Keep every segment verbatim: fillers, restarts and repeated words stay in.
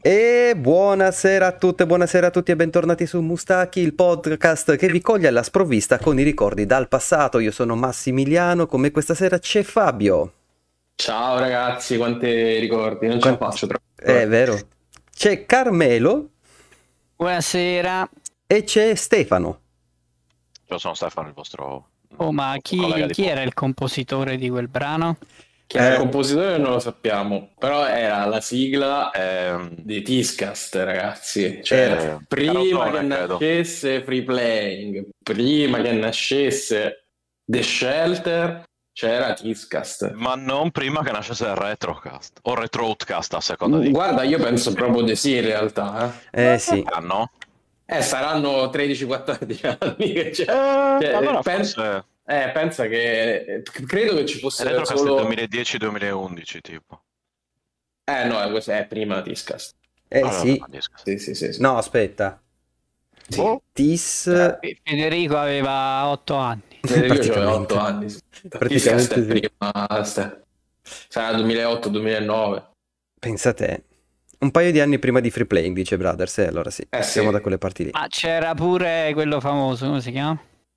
E buonasera a tutte, buonasera a tutti e bentornati su Mustacchi, il podcast che vi coglie alla sprovvista con i ricordi dal passato. Io sono Massimiliano, con me questa sera c'è Fabio. Ciao ragazzi, quanti ricordi, non ce la Quanti... faccio troppo. È vero. C'è Carmelo Buonasera. e c'è Stefano. Io sono Stefano, il vostro Oh, ma chi, collega di chi era posto. il compositore di quel brano? Chi era Eh. il compositore non lo sappiamo, però era la sigla Ehm, di Tiscast, ragazzi. Cioè, Era. prima Carosone, che credo. nascesse Free Playing, prima che nascesse The Shelter, c'era Tiscast. Ma non prima che nascesse il Retrocast o Retroutcast a seconda di Guarda, io penso proprio di sì in realtà. Eh, Eh sì. Ah, no? Eh, saranno tredici quattordici anni che c'è. Eh, Cioè, allora pen- forse eh, pensa che eh, credo che ci il fosse Retrocast solo... è duemiladieci duemilaundici tipo. Eh no, questo è prima Tiscast. Eh Allora, sì. non riesco. Sì, sì, sì, sì. No, aspetta. Sì. Boh. Tis... Eh, Federico aveva otto anni. Io avevo Praticamente. otto anni. sì. Praticamente Tiscast è sì. prima. sta- Sarà duemilaotto duemilanove. Pensa te. Un paio di anni prima di Free Playing, dice Brothers, e allora sì, Eh sì. siamo da quelle parti lì. Ma c'era pure quello famoso, come si chiama?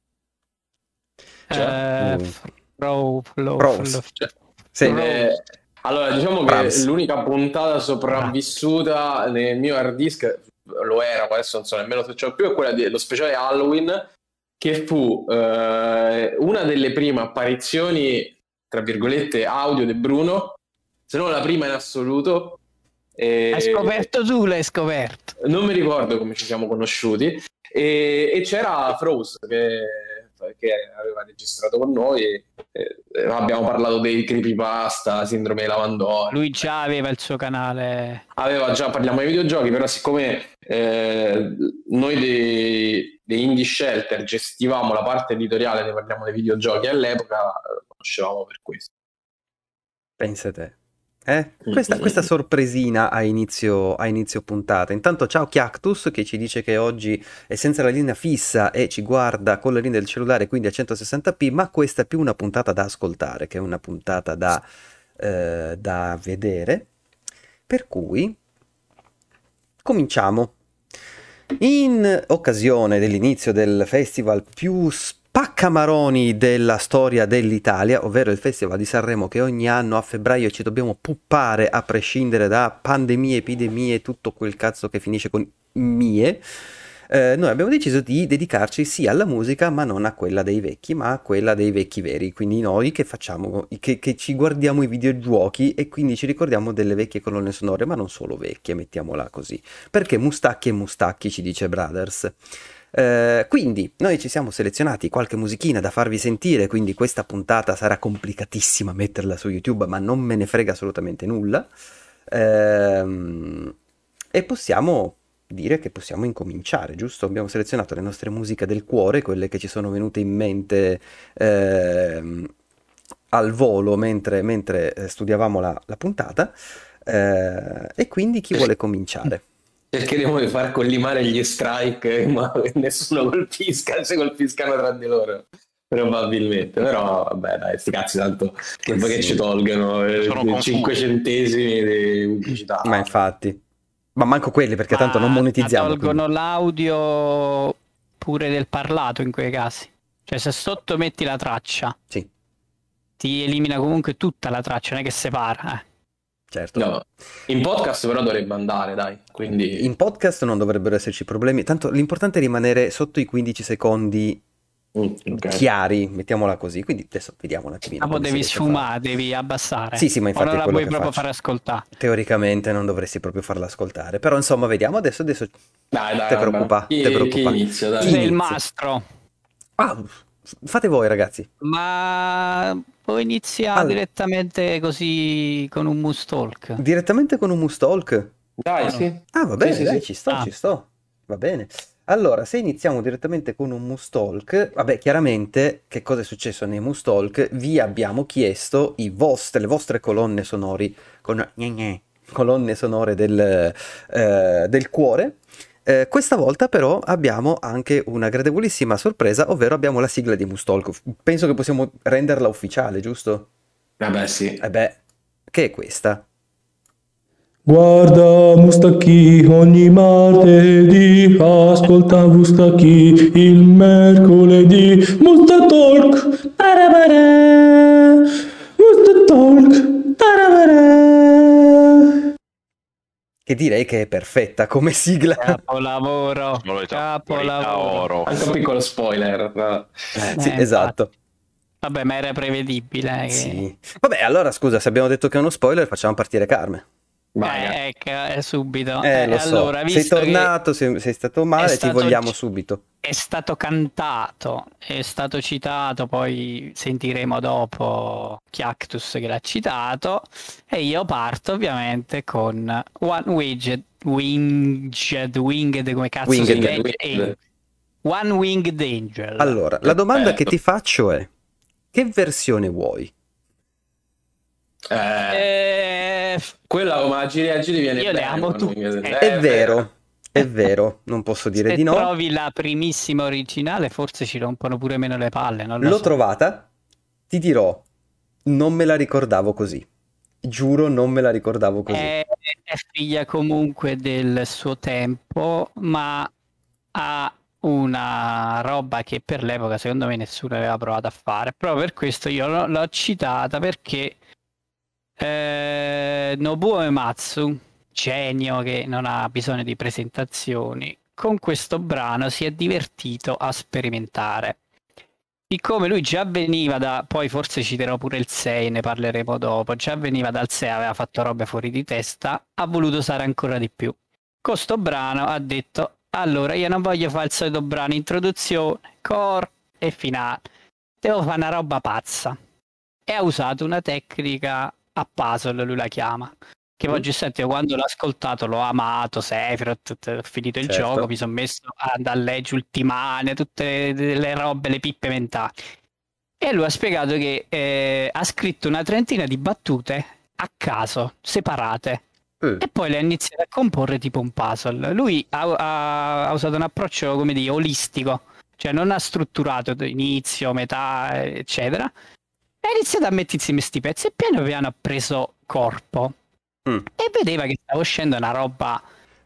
Cioè? Eh, Mm. Flow, Flow, Bros. Flow. Cioè, Sì. eh, allora, diciamo che Brams. l'unica puntata sopravvissuta nel mio hard disk, lo era, ma adesso non so nemmeno se c'è più, è quella dello speciale Halloween, che fu eh, una delle prime apparizioni, tra virgolette, audio di Bruno, se non la prima in assoluto. E... Hai scoperto tu, l'hai scoperto. Non mi ricordo come ci siamo conosciuti. E, e c'era Froze che, che aveva registrato con noi. E, e abbiamo parlato dei creepypasta, sindrome di Lavandone. Lui già aveva il suo canale. Aveva già, parliamo di videogiochi, però siccome eh, noi dei, dei Indie Shelter gestivamo la parte editoriale, ne parliamo dei videogiochi all'epoca, lo conoscevamo per questo. Pensa te. Eh? Questa, questa sorpresina a inizio, a inizio puntata. Intanto ciao Chiactus che ci dice che oggi è senza la linea fissa e ci guarda con la linea del cellulare, quindi a centosessanta p, ma questa è più una puntata da ascoltare che una puntata da, eh, da vedere. Per cui cominciamo. In occasione dell'inizio del festival più spaccamaroni della storia dell'Italia, ovvero il Festival di Sanremo, che ogni anno a febbraio ci dobbiamo puppare a prescindere da pandemie, epidemie, tutto quel cazzo che finisce con mie, eh, noi abbiamo deciso di dedicarci sì alla musica, ma non a quella dei vecchi, ma a quella dei vecchi veri, quindi noi che facciamo, che, che ci guardiamo i videogiochi e quindi ci ricordiamo delle vecchie colonne sonore, ma non solo vecchie, mettiamola così. Perché Mustacchi e Mustacchi, ci dice Brothers. Eh, quindi noi ci siamo selezionati qualche musichina da farvi sentire, quindi questa puntata sarà complicatissima metterla su YouTube, ma non me ne frega assolutamente nulla. Ehm, e possiamo dire che possiamo incominciare, giusto? Abbiamo selezionato le nostre musiche del cuore, quelle che ci sono venute in mente ehm, al volo mentre, mentre eh, studiavamo la, la puntata. Eh, e quindi chi vuole cominciare? Cercheremo di far collimare gli strike, ma nessuno colpisca, se colpiscano tra di loro, probabilmente. Però vabbè, dai, sti cazzi, tanto che poi che Sì. ci tolgono eh, Sono confuso. cinque centesimi di pubblicità. Ma infatti, ma manco quelli perché tanto non Ma monetizziamo. tolgono quindi. l'audio pure del parlato in quei casi. Cioè, se sotto metti la traccia, Sì, ti elimina comunque tutta la traccia, non è che separa. Eh. certo. No, in podcast però dovrebbe andare, dai. Quindi In podcast non dovrebbero esserci problemi, tanto l'importante è rimanere sotto i quindici secondi Mm, ok. chiari, mettiamola così. Quindi adesso vediamo un attimino Dopo come si devi riesce a fare. sfumare, devi abbassare. Sì, sì, ma O infatti non è la quello puoi che proprio faccio. far ascoltare. Teoricamente non dovresti proprio farla ascoltare, però insomma vediamo adesso, adesso Dai, dai, te vabbè. preoccupa, Chi, te chi preoccupa. inizia, dai? Tu Chi sei il inizia? mastro, Ah, fate voi ragazzi. ma puoi iniziare Allora, direttamente così con un Mustalk. direttamente con un Mustalk? Dai, sì. Ah, va Sì, bene, sì, dai, sì. ci sto, Ah, ci sto. Va bene. Allora, se iniziamo direttamente con un Mustalk, vabbè, chiaramente che cosa è successo nei Mustalk? Vi abbiamo chiesto i vostre, le vostre colonne sonori, con gne gne, colonne sonore del, eh, del cuore. Eh, questa volta però abbiamo anche una gradevolissima sorpresa, ovvero abbiamo la sigla di Mustalk. Penso che possiamo renderla ufficiale, giusto? Vabbè, sì. Eh beh, che è questa? Guarda Mustacchi ogni martedì, ascolta Mustacchi il mercoledì. Musta Talk, tarabara, Musta Talk, tarabara. Che direi che è perfetta come sigla. Capolavoro. Verità, Capolavoro. oro. Anche un piccolo spoiler. No? Eh, sì, Eh, esatto. Vabbè, ma era prevedibile. Che... Sì. Vabbè, allora scusa, se abbiamo detto che è uno spoiler, facciamo partire Carme. Vai, Eh, ecco, eh, subito. Eh, Eh, lo so. allora, Sei visto che tornato, sei, sei stato male, ti stato vogliamo gi- subito. è stato cantato, è stato citato, poi sentiremo dopo Chiactus che l'ha citato, e io parto ovviamente con One Winged, Winged, Winged, come cazzo si Winged. legge? Winged. Eh, One Winged Angel. Allora, la domanda che Perfetto. ti faccio è: che versione vuoi? Eh, Eh, quella come a giri a giri viene io le bene. amo quando tutte. mi- Eh, È vero, è vero, non posso dire Se di no. trovi la primissima originale, forse ci rompono pure meno le palle, non lo L'ho so. trovata, ti dirò, non me la ricordavo così. Giuro, non me la ricordavo così. È, è figlia comunque del suo tempo, ma ha una roba che per l'epoca secondo me nessuno aveva provato a fare. Proprio per questo io l'ho, l'ho citata perché eh, Nobuo Uematsu, genio che non ha bisogno di presentazioni, con questo brano si è divertito a sperimentare. Siccome lui già veniva da, poi forse citerò pure il sei, ne parleremo dopo, già veniva dal sei, aveva fatto robe fuori di testa, ha voluto usare ancora di più. Con sto brano ha detto, allora io non voglio fare il solito brano, introduzione, core e finale, devo fare una roba pazza. E ha usato una tecnica a puzzle, lui la chiama, che poi Mm. giustamente io quando l'ho ascoltato l'ho amato, Sephiroth, ho finito il Certo. gioco, mi sono messo ad andare a leggere Ultimane, tutte le, le robe, le pippe mentali. E lui ha spiegato che eh, ha scritto una trentina di battute a caso, separate, Eh, e poi le ha iniziate a comporre tipo un puzzle. Lui ha, ha- ha usato un approccio, come dire, olistico, cioè non ha strutturato inizio, metà, eccetera. E ha iniziato a mettere insieme sti pezzi e piano piano ha preso corpo. mm. E vedeva che stava uscendo una roba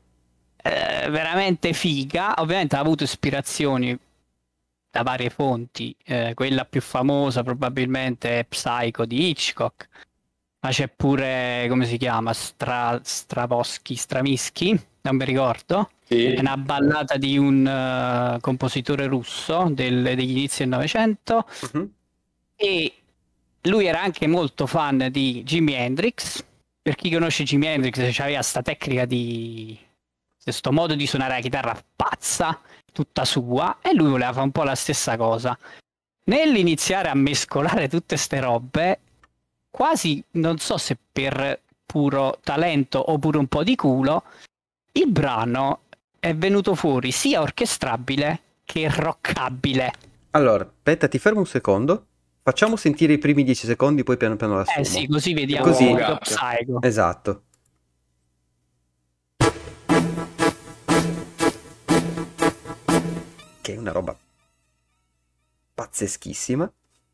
eh, veramente figa. Ovviamente ha avuto ispirazioni da varie fonti. Eh, quella più famosa probabilmente è Psycho di Hitchcock. Ma c'è pure, come si chiama? Stra, Stravosky, Stravinsky, non mi ricordo. Sì. È una ballata di un eh, compositore russo del- degli inizi del Novecento. Mhm. E lui era anche molto fan di Jimi Hendrix. Per chi conosce Jimi Hendrix, aveva sta tecnica di questo modo di suonare la chitarra pazza, tutta sua, e lui voleva fare un po' la stessa cosa. Nell'iniziare a mescolare tutte ste robe, quasi non so se per puro talento oppure un po' di culo, il brano è venuto fuori sia orchestrabile che rockabile. Allora, aspetta, ti fermo un secondo. Facciamo sentire i primi dieci secondi, poi piano piano la Eh assumo. sì, così vediamo Così. proprio Psycho. Esatto. Che è una roba pazzeschissima.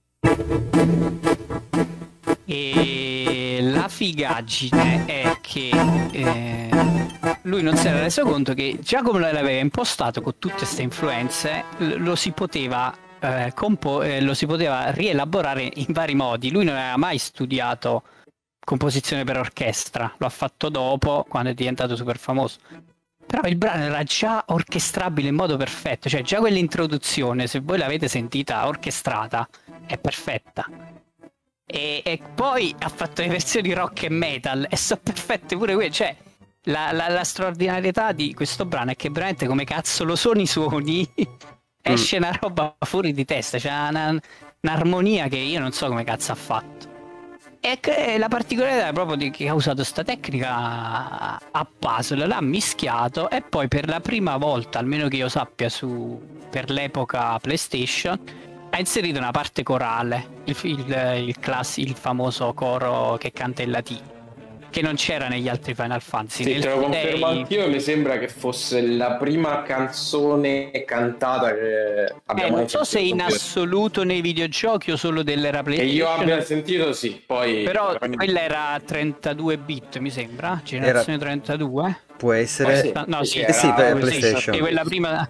E la figaggine è che eh, lui non si era reso conto che già come l'aveva impostato con tutte queste influenze, l- lo si poteva eh, compo- eh, lo si poteva rielaborare in vari modi. Lui non aveva mai studiato composizione per orchestra, lo ha fatto dopo quando è diventato super famoso. Però il brano era già orchestrabile in modo perfetto, cioè già quell'introduzione, se voi l'avete sentita orchestrata, è perfetta. E, e poi ha fatto le versioni rock e metal e sono perfette pure quelle. Cioè, la, la, la straordinarietà di questo brano è che veramente come cazzo lo suoni i suoni esce una roba fuori di testa, c'è una, un'armonia che io non so come cazzo ha fatto. E che la particolarità è proprio di che ha usato sta tecnica a puzzle, l'ha mischiato e poi per la prima volta, almeno che io sappia, su per l'epoca PlayStation, ha inserito una parte corale, il, il, il, class- il famoso coro che canta in latino, che non c'era negli altri Final Fantasy. Sì, Nel te lo confermo sei... anch'io, mi sembra che fosse la prima canzone cantata che abbia eh, mai non so se in assoluto nei videogiochi o solo dell'era che PlayStation. io abbia sentito, sì, poi però veramente... quella era trentadue bit, mi sembra, generazione Era... trentadue. Può essere... Eh sì, no, sì, eh sì, per sì, PlayStation. sì, quella prima.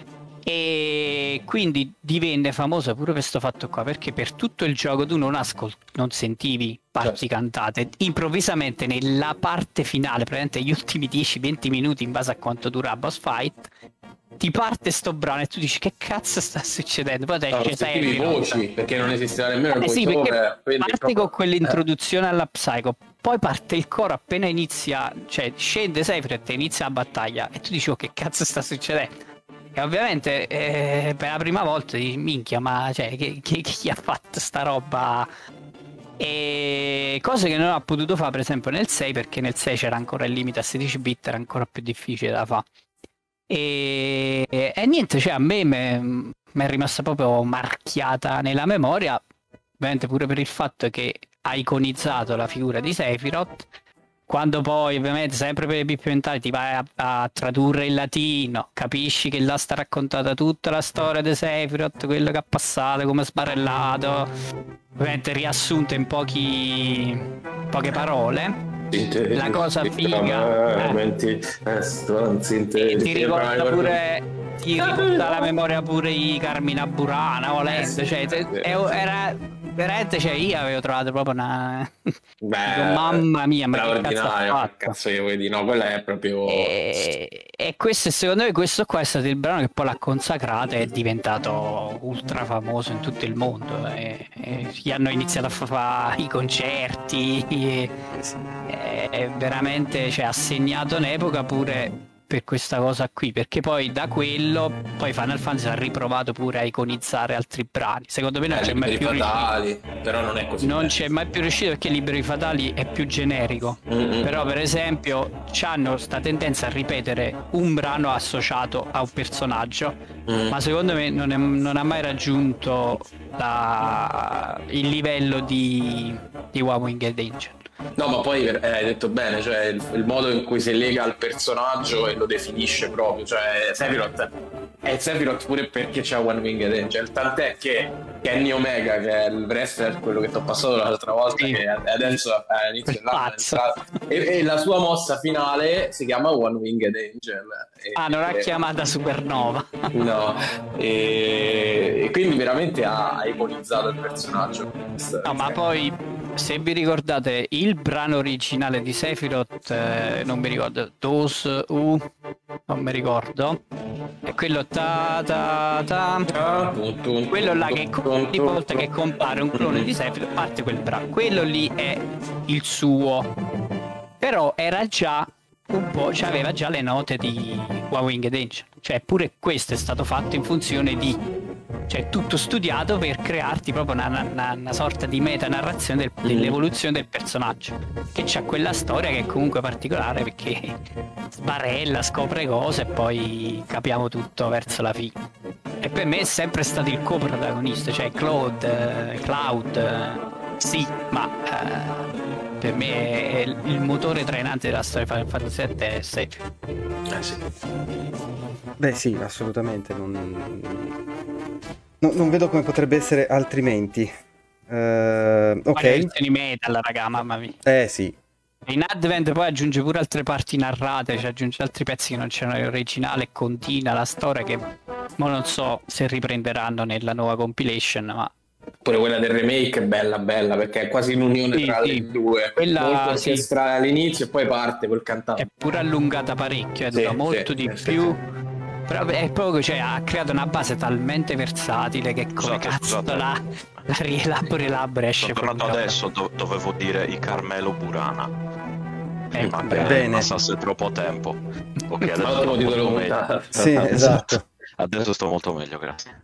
E quindi divenne famosa pure per questo fatto qua, perché per tutto il gioco tu non ascolti, non sentivi parti certo. cantate, improvvisamente nella parte finale, praticamente gli ultimi dieci venti minuti in base a quanto dura la boss fight, ti parte sto brano e tu dici che cazzo sta succedendo, poi te No, esce sentivi voci, perché non esisteva nemmeno il eh sì, perché voiceover, quindi parte proprio... con quell'introduzione alla Psycho, poi parte il coro appena inizia, cioè scende Sephiroth e inizia la battaglia e tu dici oh, che cazzo sta succedendo? E ovviamente eh, per la prima volta dici minchia, ma cioè, che, che, chi ha fatto sta roba? E cose che non ha potuto fare per esempio nel sei, perché nel sei c'era ancora il limite a sedici bit, era ancora più difficile da fare. E, e niente, cioè a me mi è rimasta proprio marchiata nella memoria, ovviamente pure per il fatto che ha iconizzato la figura di Sephiroth. Quando poi ovviamente sempre per i bip mentali ti vai a, a tradurre in latino, capisci che là sta raccontata tutta la storia di Sephiroth, quello che ha passato, come ha sbarellato, ovviamente riassunto in pochi poche parole. La cosa figa eh. eh, ti ricorda pure, ti riporta alla memoria pure i Carmina Burana o Lente, cioè te, era veramente, cioè io avevo trovato proprio una Beh, dico, mamma mia, ma che cazzo ha fatto? Cazzo che vuoi dire? No, quella è proprio... E, e questo, secondo me, questo qua è stato il brano che poi l'ha consacrato e è diventato ultra famoso in tutto il mondo. E, e gli hanno iniziato a fare i concerti. E, e veramente, cioè, ha segnato un'epoca pure per questa cosa qui, perché poi da quello poi Final Fantasy ha riprovato pure a iconizzare altri brani. Secondo me non eh, c'è mai più fatali, riuscito. però non è così Non bello. c'è mai più riuscito perché Liberi Fatali è più generico. Mm-mm. Però per esempio hanno sta tendenza a ripetere un brano associato a un personaggio, Mm. ma secondo me non, è, non ha mai raggiunto la, il livello di, di One Winged Angel. No, ma poi eh, hai detto bene, cioè il, il modo in cui si lega al personaggio e lo definisce proprio, cioè Sephiroth è Sephiroth pure perché c'ha One Winged Angel, tant'è che Kenny Omega, che è il wrestler, quello che ti ho passato l'altra volta, sì, che adesso all'inizio dell'anno è entrato, e, e la sua mossa finale si chiama One Winged Angel. E, ah, non l'ha e, chiamata Supernova. No, e, e quindi veramente ha, ha iconizzato il personaggio. No, ma poi se vi ricordate il brano originale di Sephiroth, eh, non mi ricordo, Those U, non mi ricordo, è quello ta ta ta, quello là che ogni volta che compare un clone di Sephiroth parte quel brano, quello lì è il suo, però era già un po', cioè aveva già le note di One Winged Angel, cioè pure questo è stato fatto in funzione di, cioè tutto studiato per crearti proprio una, una, una sorta di metanarrazione del, dell'evoluzione del personaggio, che c'ha quella storia che è comunque particolare perché sbarella, scopre cose e poi capiamo tutto verso la fine. E per me è sempre stato il co-protagonista, cioè Claude, Cloud, sì, ma uh, per me è il motore trainante della storia di Final Fantasy sette è Sephiroth. Eh sì. Beh sì, assolutamente, non, no, non vedo come potrebbe essere altrimenti. Uh, ok. Versioni metal, raga, mamma mia. Eh sì. In Advent poi aggiunge pure altre parti narrate, cioè aggiunge altri pezzi che non c'erano nell'originale e continua la storia che mo non so se riprenderanno nella nuova compilation, ma pure quella del remake è bella bella perché è quasi un'unione sì, tra sì. le due, quella molto orchestrale sì. all'inizio e poi parte col cantante. È pure allungata parecchio, è dura sì, molto sì, di sì, più sì. Però è proprio, cioè, ha creato una base talmente versatile che come scusate, cazzo scusate. la, la rielabora elabora esce. Sono tornato adesso, do- dovevo dire i Carmelo Burana. Eh, ma bene. Passasse troppo tempo. Ok, adesso sto molto meglio. Sì, esatto. Adesso sto molto meglio, grazie.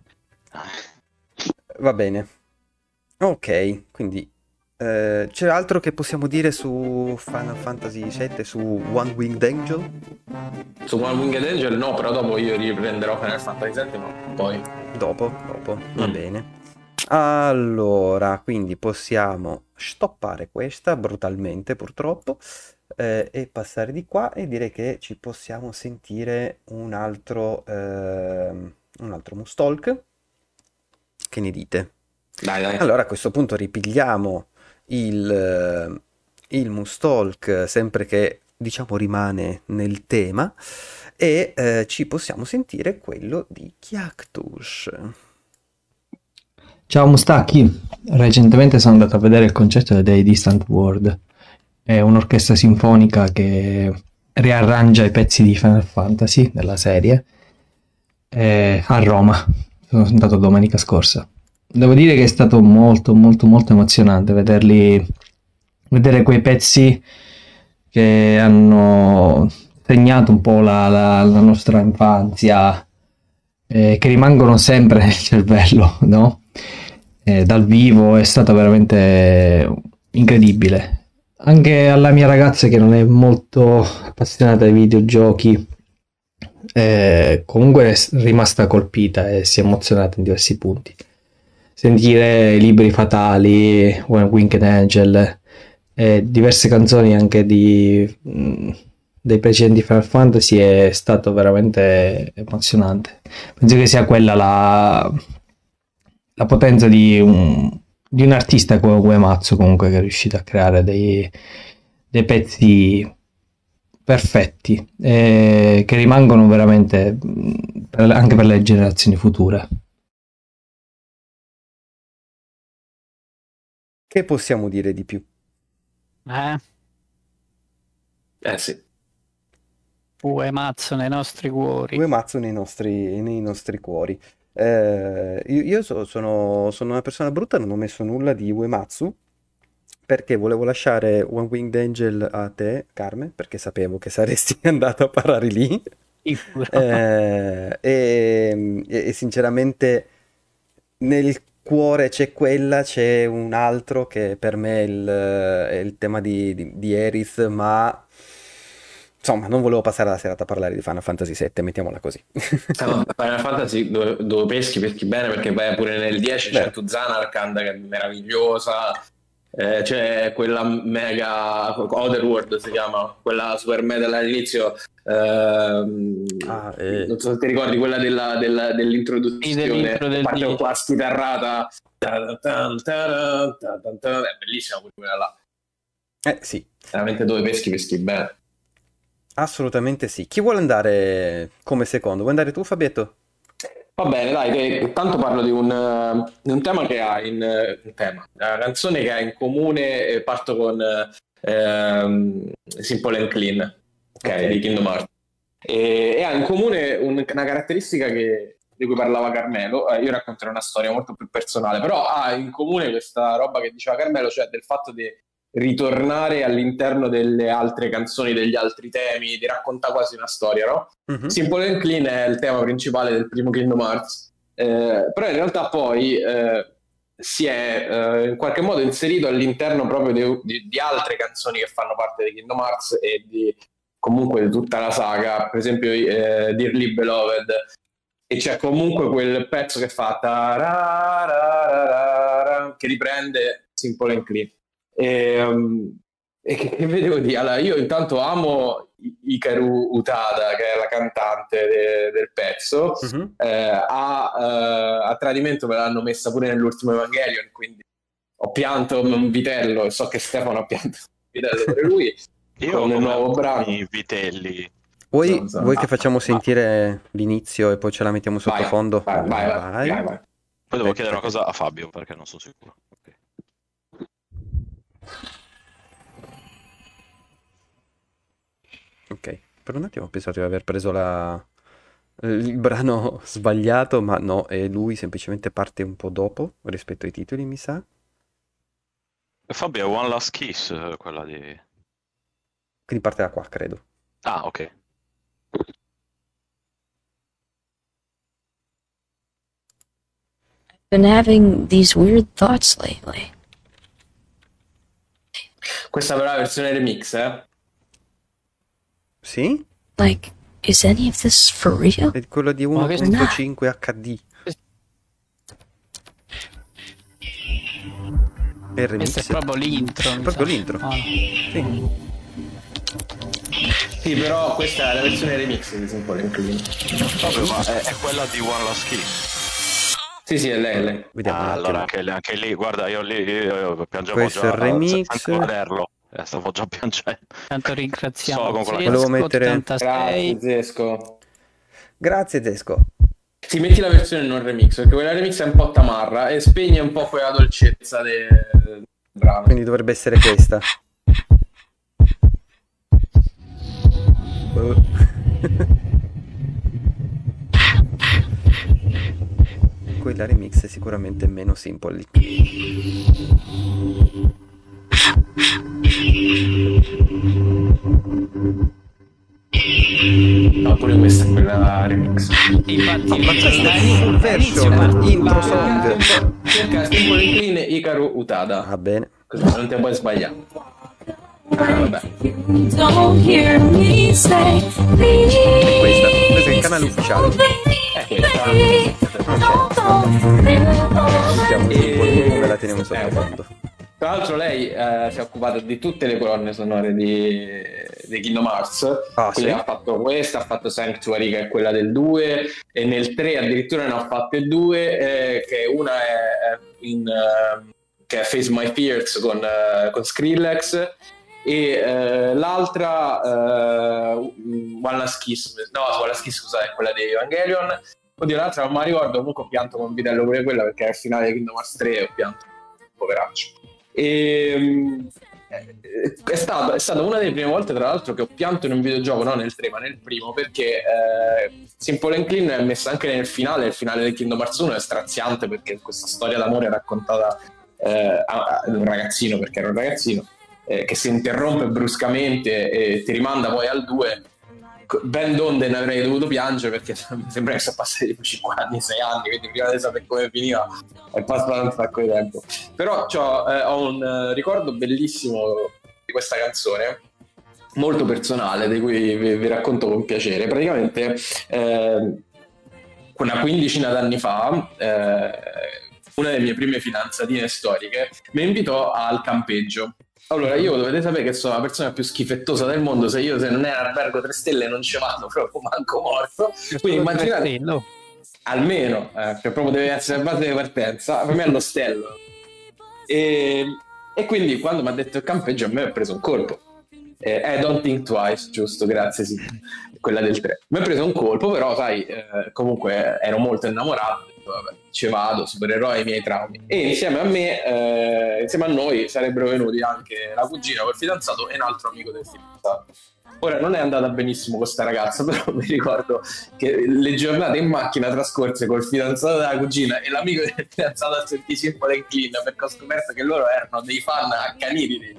Va bene. Ok, quindi eh, c'è altro che possiamo dire su Final Fantasy sette, su One Winged Angel? Su One Winged Angel no, però dopo io riprenderò Final Fantasy sette, ma poi dopo, dopo, va mm. bene. Allora, quindi possiamo stoppare questa brutalmente purtroppo eh, e passare di qua e direi che ci possiamo sentire un altro, ehm, un altro Mustalk. Che ne dite? Dai, dai. Allora a questo punto ripigliamo il, eh, il Mustalk sempre che diciamo rimane nel tema e eh, ci possiamo sentire quello di Chiactus. Ciao Mustacchi, recentemente sono andato a vedere il concerto dei Distant World. È un'orchestra sinfonica che riarrangia i pezzi di Final Fantasy della serie eh, a Roma. Sono andato domenica scorsa. Devo dire che è stato molto molto molto emozionante vederli, vedere quei pezzi che hanno segnato un po' la, la, la nostra infanzia, eh, che rimangono sempre nel cervello, no? Eh, dal vivo è stato veramente incredibile. Anche alla mia ragazza, che non è molto appassionata ai videogiochi, eh, comunque è rimasta colpita e si è emozionata in diversi punti. Sentire i libri fatali, When Winged Angel e diverse canzoni anche di, mh, dei precedenti Final Fantasy è stato veramente emozionante. Penso che sia quella la, la potenza di un, di un artista come Uematsu, comunque, che è riuscito a creare dei, dei pezzi perfetti eh, che rimangono veramente mh, per, anche per le generazioni future. Che possiamo dire di più? Eh? Eh sì. Uematsu nei nostri cuori. Uematsu nei nostri, nei nostri cuori. Eh, io io so- sono, sono una persona brutta, non ho messo nulla di Uematsu perché volevo lasciare One Winged Angel a te, Carmen, perché sapevo che saresti andato a parare lì. Sicuro. Eh, e, e- e sinceramente nel cuore c'è quella, c'è un altro che per me è il, è il tema di, di, di Aerith, ma insomma non volevo passare la serata a parlare di Final Fantasy sette, mettiamola così. Eh, vabbè, Final Fantasy dove, dove peschi, peschi bene, perché beh, pure nel dieci c'è Vero. Tuzanarkand che è meravigliosa, eh, c'è quella mega Otherworld si chiama, quella super metal all'inizio, ehm, Ah, eh. non so se ti ricordi quella della, della- Sì, dell'introduzione, dell'intro del parte dieci. qua schitarrata, ta- ta- ta- ta- ta- ta- ta- è bellissima pure quella là, Eh sì, veramente dove peschi, peschi bene. assolutamente sì. Chi vuole andare come secondo? Vuoi andare tu, Fabietto? Va bene, dai, che tanto parlo di un, eh, di un tema che ha in eh, un tema, una canzone che ha in comune, eh, parto con eh, ehm, Simple and Clean, ok, Ok. di Kingdom Hearts. E, e ha in comune un- una caratteristica che- di cui parlava Carmelo. Eh, io racconterò una storia molto più personale, però ha in comune questa roba che diceva Carmelo, cioè del fatto di ritornare all'interno delle altre canzoni, degli altri temi, di raccontare quasi una storia, no? Mhm. Simple and Clean è il tema principale del primo Kingdom Hearts, eh, però in realtà poi eh, si è eh, in qualche modo inserito all'interno proprio di, di- di altre canzoni che fanno parte di Kingdom Hearts e di comunque di tutta la saga, per esempio eh, Dearly Beloved, e c'è comunque quel pezzo che fa tararararara, che riprende Simple and Clean. E, um, e che, che vedevo di allora, io intanto amo I- Hikaru Utada, che è la cantante de- del pezzo. Mhm. Eh, a, eh, a tradimento me l'hanno messa pure nell'ultimo Evangelion, quindi ho pianto un vitello e so che Stefano ha pianto un vitello per lui Io con il come nuovo brano. alcuni vitelli. Vuoi, So, so. vuoi che Ah, facciamo va- sentire l'inizio e poi ce la mettiamo vai, sottofondo? vai, vai, vai, Vai. vai, vai. Poi devo Vai, chiedere una vai. cosa a Fabio perché non sono sicuro. Ok. Ok, per un attimo ho pensato di aver preso la- il brano sbagliato, ma no, è lui semplicemente parte un po' dopo rispetto ai titoli, mi sa. E Fabio è One Last Kiss, eh, quella di... Quindi parte da qua, credo. Ah, ok. Been having these weird thoughts lately. Questa però è la versione remix, eh? Sì? Like, is any of this for real? È quello di Ma che- uno punto cinque acca di. È il remix. Questo è proprio l'intro. È proprio l'intro. Oh. Sì. Sì, però questa è la versione remix di Simple and Clean. Vabbè, ma è, è quella di One Last Kiss. Sì, sì, è lei, è lei. Vediamo Ah, un allora attimo. anche, anche lì, guarda, io lì io piangevo Questo è già il remix. senza vederlo. Eh, stavo già piangendo. Tanto ringraziamo So, con quella- Zesco, Volevo mettere- ottantasei. Grazie, Zesco. Grazie Tesco. Sì, metti la versione non remix, perché quella remix è un po' tamarra e spegne un po' quella dolcezza del brano. Quindi dovrebbe essere questa. Oh. Quella remix è sicuramente meno simple. No, pure questa è quella remix. Infatti, Ma questa è all'inizio- full version, all'inizio- intro song. Cerca Simple and Clean Hikaru Utada. Va bene. Così non ti puoi sbagliare. Ah, vabbè. Don't hear me say, please. Questa, questo è il canale ufficiale. È questa. Mettiamo E- ve la teniamo in sottofondo. Tra l'altro lei eh, si è occupata di tutte le colonne sonore di, di Kingdom Hearts. Ah, Quindi sì? ha fatto questa, ha fatto Sanctuary che è quella del due e nel tre addirittura ne ha fatte due eh, che una è, è in eh, che è Face My Fears con, eh, con Skrillex e eh, l'altra eh, One Last Kiss, no One Last Kiss scusa è quella di Evangelion. Oddio l'altra non mi ricordo, comunque ho pianto con Vitello pure quella perché è il finale di Kingdom Hearts tre e ho pianto, poveraccio. E, è, stato, è stata una delle prime volte tra l'altro che ho pianto in un videogioco, non nel tre ma nel primo, perché eh, Simple and Clean è messa anche nel finale. Il finale del Kingdom Hearts uno è straziante perché questa storia d'amore è raccontata eh, ad un ragazzino, perché era un ragazzino eh, che si interrompe bruscamente e ti rimanda poi al due. Ben donde ne avrei dovuto piangere perché mi sembra che sono passati tipo cinque anni, sei anni, quindi prima di sapere come finiva è passato un sacco di tempo. Però c'ho, eh, ho un eh, ricordo bellissimo di questa canzone, molto personale, di cui vi, vi racconto con piacere. Praticamente eh, una quindicina d'anni fa eh, una delle mie prime fidanzatine storiche mi invitò al campeggio. Allora, io dovete sapere che sono la persona più schifettosa del mondo. Se io se non è un albergo tre stelle non ci vado proprio manco morto. Quindi immaginate, almeno, eh, che proprio deve essere la base di partenza, per me è l'ostello. E, e quindi quando mi ha detto il campeggio a me ho preso un colpo. Eh, eh, Don't Think Twice, giusto, grazie, sì, quella del tre. Mi ha preso un colpo, però sai, eh, comunque ero molto innamorato. Vabbè, ci vado, supererò i miei traumi. E insieme a me, eh, insieme a noi sarebbero venuti anche la cugina col fidanzato e un altro amico del fidanzato. Ora non è andata benissimo con sta ragazza, però mi ricordo che le giornate in macchina trascorse col fidanzato della cugina e l'amico del fidanzato a sentirsi Simple and Clean, perché ho scoperto che loro erano dei fan accaniti di,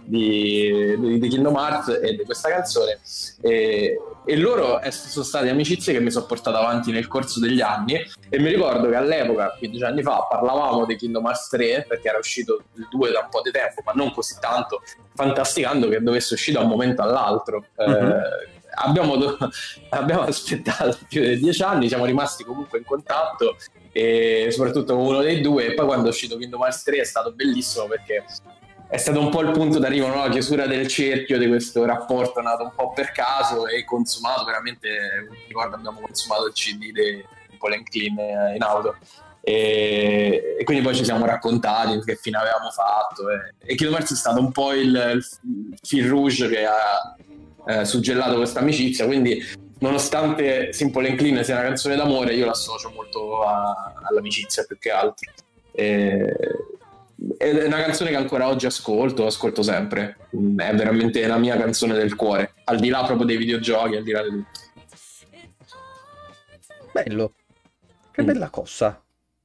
di, di Kingdom Hearts e di questa canzone, e, e loro sono state amicizie che mi sono portato avanti nel corso degli anni. E mi ricordo che all'epoca, quindici anni fa, parlavamo di Kingdom Hearts tre perché era uscito il due da un po' di tempo, ma non così tanto, fantasticando che dovesse uscire da un momento all'altro. Mm-hmm. eh, abbiamo, do- abbiamo aspettato più di dieci anni, siamo rimasti comunque in contatto, e soprattutto con uno dei due. E poi quando è uscito Kingdom Hearts tre è stato bellissimo perché è stato un po' il punto d'arrivo, no? La chiusura del cerchio di questo rapporto nato un po' per caso e consumato veramente. Mi ricordo abbiamo consumato il C D di Simple and Clean in auto e, e quindi poi ci siamo raccontati che fine avevamo fatto, e, e Kingdom Hearts è stato un po' il, il fil rouge che ha eh, suggellato questa amicizia. Quindi nonostante Simple and Clean sia una canzone d'amore, io l'associo molto a, all'amicizia più che altro. E, è una canzone che ancora oggi ascolto, ascolto sempre. È veramente la mia canzone del cuore, al di là proprio dei videogiochi, al di là di tutto. Bello, che bella cosa.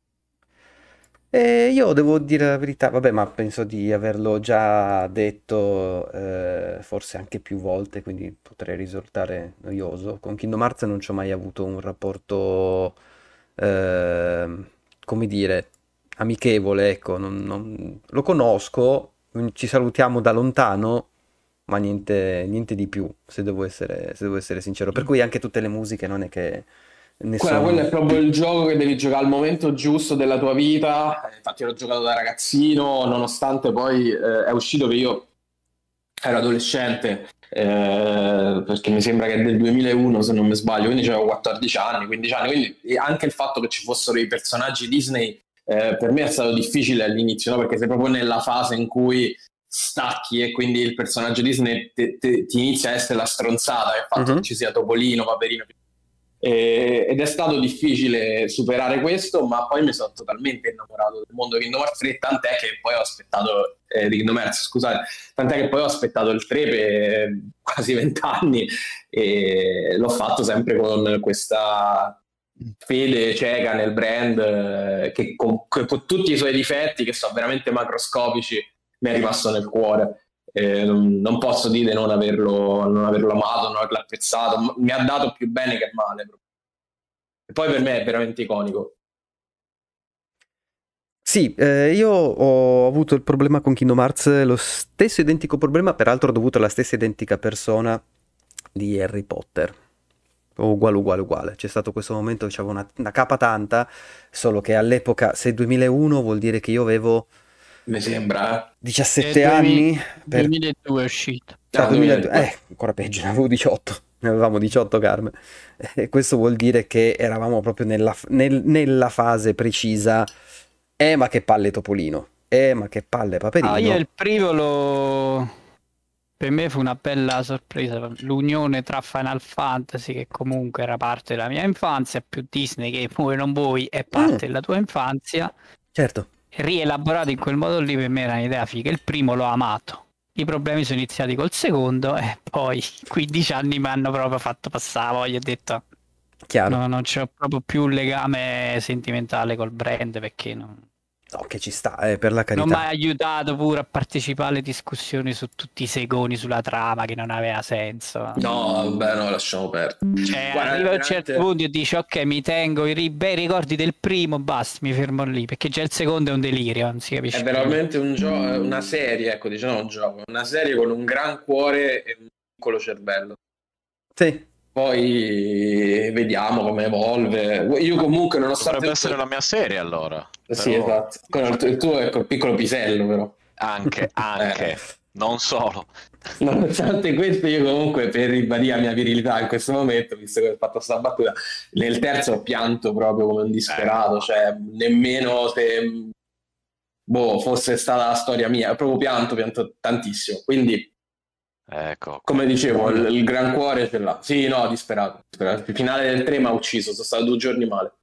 E io devo dire la verità, vabbè, ma penso di averlo già detto eh, forse anche più volte, quindi potrei risultare noioso. Con Kingdom Hearts non ci ho mai avuto un rapporto, eh, come dire, amichevole, ecco. Non, non- lo conosco, ci salutiamo da lontano, ma niente, niente di più, se devo essere, se devo essere sincero. Per cui anche tutte le musiche non è che ne Quella, sono- quello è proprio il gioco che devi giocare al momento giusto della tua vita. Infatti l'ho giocato da ragazzino, nonostante poi eh, è uscito che io ero adolescente, eh, perché mi sembra che è del duemilauno se non mi sbaglio, quindi avevo quattordici anni, quindici anni, quindi e anche il fatto che ci fossero i personaggi Disney eh, per me è stato difficile all'inizio, no? Perché sei proprio nella fase in cui stacchi e quindi il personaggio Disney te- te- ti inizia a essere la stronzata, il fatto Mhm. che ci sia Topolino, Paperino. E- ed è stato difficile superare questo, ma poi mi sono totalmente innamorato del mondo Kingdom Hearts tre, tant'è che poi ho aspettato eh, di Kingdom Hearts, scusate, tant'è che poi ho aspettato il tre per quasi vent'anni e l'ho fatto sempre con questa fede cieca nel brand eh, che con, con tutti i suoi difetti, che sono veramente macroscopici, mi è rimasto nel cuore. Eh, non, non posso dire di non averlo, non averlo amato, non averlo apprezzato, m- mi ha dato più bene che male. E poi per me è veramente iconico. Sì, eh, io ho avuto il problema con Kingdom Hearts, lo stesso identico problema, peraltro dovuto alla stessa identica persona di Harry Potter. Uguale, uguale, uguale. C'è stato questo momento che c'avevo una, una capa tanta, solo che all'epoca, se duemilauno vuol dire che io avevo Mi sembra, eh. diciassette anni, per... duemiladue è uscito. cioè Ah, duemiladue, duemiladue. eh, ancora peggio, ne avevo diciotto, ne avevamo diciotto Carme. E questo vuol dire che eravamo proprio nella, nel- nella fase precisa, eh ma che palle Topolino, eh ma che palle Ah, Paperino. io il primo lo... Per me fu una bella sorpresa, l'unione tra Final Fantasy, che comunque era parte della mia infanzia, più Disney, che vuoi non vuoi è parte Mm, della tua infanzia, certo. rielaborato in quel modo lì per me era un'idea figa. Il primo l'ho amato. I problemi sono iniziati col secondo e poi quindici anni mi hanno proprio fatto passare la voglia. Ho detto Chiaro. no, non c'ho proprio più un legame sentimentale col brand perché non, No, che ci sta, eh, per la non mi ha carità. aiutato pure a partecipare alle discussioni su tutti i segoni sulla trama che non aveva senso. No, vabbè, no, lasciamo perdere. Cioè, Guarda, arriva a un certo veramente punto e dici ok, mi tengo i ri- bei ricordi del primo, basta, mi fermo lì, perché già il secondo è un delirio, non si è capisce più. veramente un gioco, una serie, ecco, diciamo un gioco, una serie con un gran cuore e un piccolo cervello. Sì, Poi vediamo come evolve. Io comunque, nonostante Dovrebbe tutto, essere la mia serie allora. sì, Però esatto. Con il, il tuo è col piccolo pisello, però. anche, anche, Eh. non solo. Nonostante questo, io comunque per ribadire la mia virilità in questo momento, visto che ho fatto sta battuta, nel terzo ho pianto proprio come un disperato, cioè nemmeno se boh, fosse stata la storia mia, ho proprio pianto, pianto tantissimo. Quindi, Ecco qua. come dicevo, il, buono. il gran cuore ce l'ha. Sì, no, disperato, disperato. Il finale del tre mi ha ucciso, sono stato due giorni male.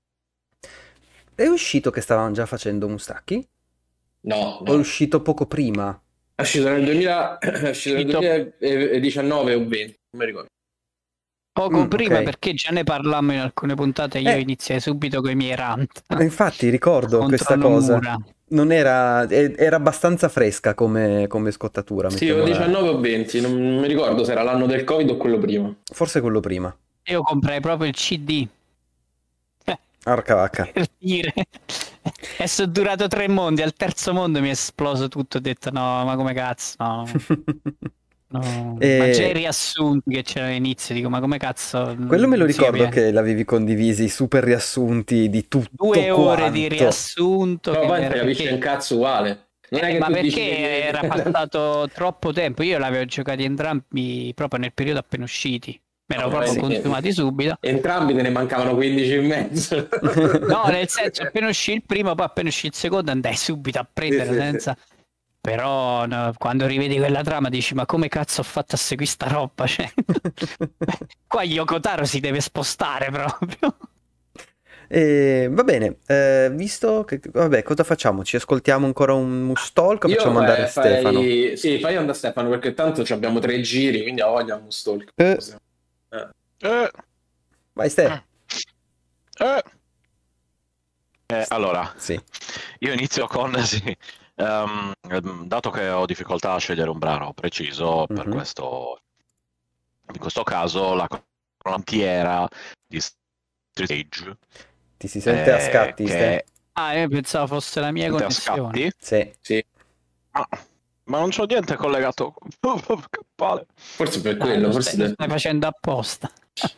È uscito che stavano già facendo Mustacchi? No, O è no. uscito poco prima? È uscito nel duemila, è uscito nel Uscito- duemiladiciannove o venti, non mi ricordo. Poco Mm, prima ok. perché già ne parlammo in alcune puntate, io Eh, iniziai subito con i miei rant infatti ricordo contro questa cosa. Nomura. Non era, e- era abbastanza fresca come, come scottatura, Sì, o mettiamola. diciannove o venti, non mi ricordo se era l'anno del Covid o quello prima. Forse quello prima. Io comprai proprio il C D. Eh, Arca vacca. per dire. E sono durato tre mondi, al terzo mondo mi è esploso tutto, ho detto no, ma come cazzo, no. No. E- Ma già i riassunti che c'erano all'inizio, dico, ma come cazzo Quello me lo non si ricordo capiva? che l'avevi condivisi, i super riassunti di tutto Due ore di quanto. riassunto Però che poi non era si capisce perché... un cazzo uguale. Non è Eh, che ma tu perché dici che... era passato troppo tempo? Io l'avevo giocati entrambi proprio nel periodo appena usciti. Mi ero No, proprio sì. consumati subito. Entrambi te ne mancavano quindici e mezzo. No, nel senso, appena uscì il primo, poi appena uscì il secondo, andai subito a prendere Sì, sì, senza... Però no, quando rivedi quella trama dici, ma come cazzo ho fatto a seguire sta roba? Cioè... Qua Yoko Taro si deve spostare proprio. E, va bene, eh, visto che... Vabbè, cosa facciamo? Ci ascoltiamo ancora un Mustalk o Io facciamo andare fai, Stefano? fai... Sì, fai andare Stefano perché tanto ci abbiamo tre giri, quindi ho voglia un stalk. Eh. Eh. Eh, Vai Ste. eh. Eh, allora, Sì. io inizio con, sì, ehm, ehm, dato che ho difficoltà a scegliere un brano preciso, per Mhm. questo, in questo caso la frontiera di Street Age, Ti si sente a eh, scatti, che Ste? Ah, io pensavo fosse la mia sente a connessione. scatti, Sì. Sì, ma, ma non c'ho niente collegato. Che palle. forse per Dai, quello, lo forse... stai, lo stai facendo apposta.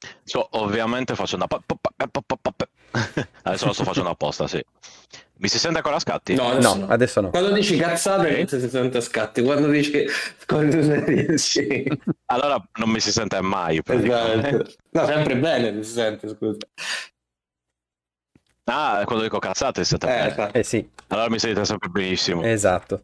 So, ovviamente facendo pa- pa- pa- pa- pa- pa- adesso lo sto facendo apposta, sì. Mi si sente ancora a scatti? No, adesso No, no. adesso no. Quando dici cazzate non si sente a scatti, quando dici cose sì. Allora non mi si sente mai praticamente. Esatto. No, sempre bene mi si sente, scusa. Ah, quando dico cazzate si sente Eh, bene. esatto. Eh sì, Allora mi sentite sempre benissimo. esatto.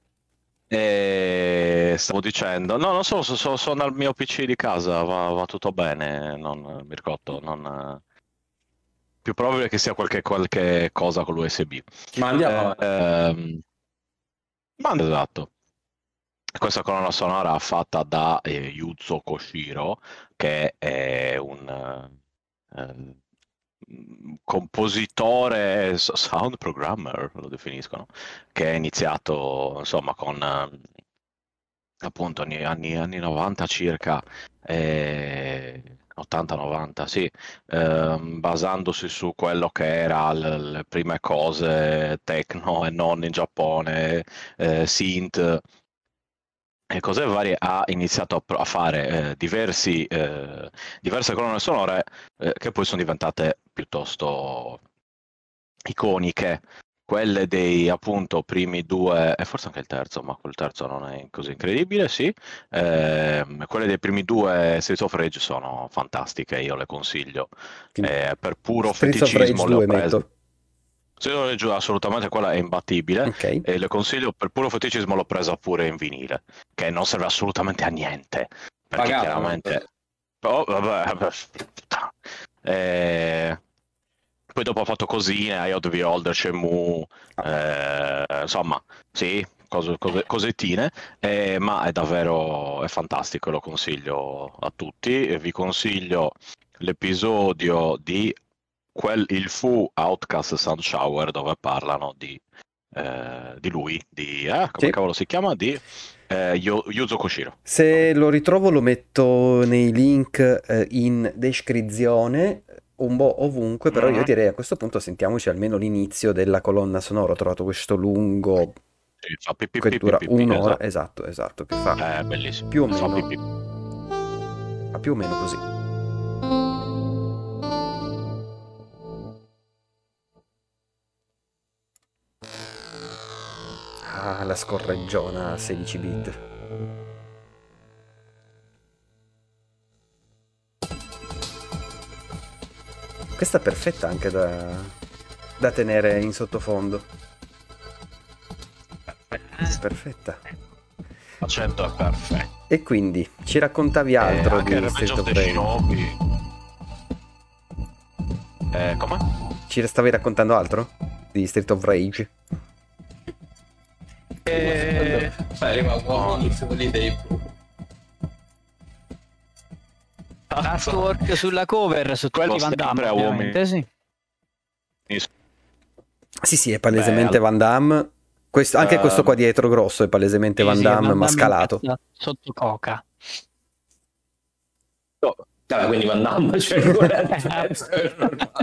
E stavo dicendo, no, non so, so- so- sono al mio P C di casa, va, va tutto bene, non, Mircotto, non... più probabile che sia qualche, qualche cosa con l'U S B. Ma andiamo Eh, ehm, ma esatto. Questa colonna sonora fatta da eh, Yuzo Koshiro, che è un eh, compositore, s- sound programmer, lo definiscono, che è iniziato insomma con eh, appunto anni, anni, anni novanta circa, eh, ottanta novanta, sì, ehm, basandosi su quello che era l- le prime cose techno e non in Giappone, eh, synth e cose varie, ha iniziato a, pro- a fare eh, diversi, eh, diverse colonne sonore eh, che poi sono diventate piuttosto iconiche. Quelle dei appunto primi due, e forse anche il terzo, ma quel terzo non è così incredibile, sì. Ehm, quelle dei primi due Streets of Rage sono fantastiche, io le consiglio. Quindi, Eh, per puro Streets of Rage feticismo le ho due prese. metto. Sì, no, giù, assolutamente quella è imbattibile Ok. e le consiglio, per puro feticismo l'ho presa pure in vinile, che non serve assolutamente a niente, perché Pagato, chiaramente... Oh, vabbè, vabbè. Eh, Poi dopo ho fatto cosine, Eye of the Beholder, Shenmue, eh, insomma, sì, cose, cose- cosettine, eh, ma è davvero è fantastico, lo consiglio a tutti. E vi consiglio l'episodio di quel, il Fu Outcast Sun Shower, dove parlano di, eh, di lui, di, eh, come Sì. cavolo si chiama? Di eh, Yu- Yuzo Koshiro. Se lo ritrovo lo metto nei link eh, in descrizione, un po' ovunque, però io Mhm. direi a questo punto sentiamoci almeno l'inizio della colonna sonora. Ho trovato questo lungo Sì, fa pipì, che pipì, dura pipì, un'ora, esatto. esatto, esatto, che fa È bellissimo. più o Fa meno, pipì. fa più o meno così. Ah, la scorreggiona a sedici bit. Questa è perfetta anche da, da tenere in sottofondo. Perfetta. L'accento è perfetto. E quindi ci raccontavi altro Eh, anche di Revenge Street of of the Rage? Shinobi. Eh, come? Ci stavi raccontando altro di Street of Rage? Eh, arriva uomini soli dei Artwork sulla cover su tutti Quello i Van Damme, sempre a ovviamente, sì. Sì, sì, è palesemente Beh, Van Damme. Questo- anche Ehm, questo qua dietro grosso è palesemente Sì, Van sì, Damme, Van ma Damme scalato. incazzato sotto coca. Vabbè, quindi Van Damme, cioè, penso che è normale.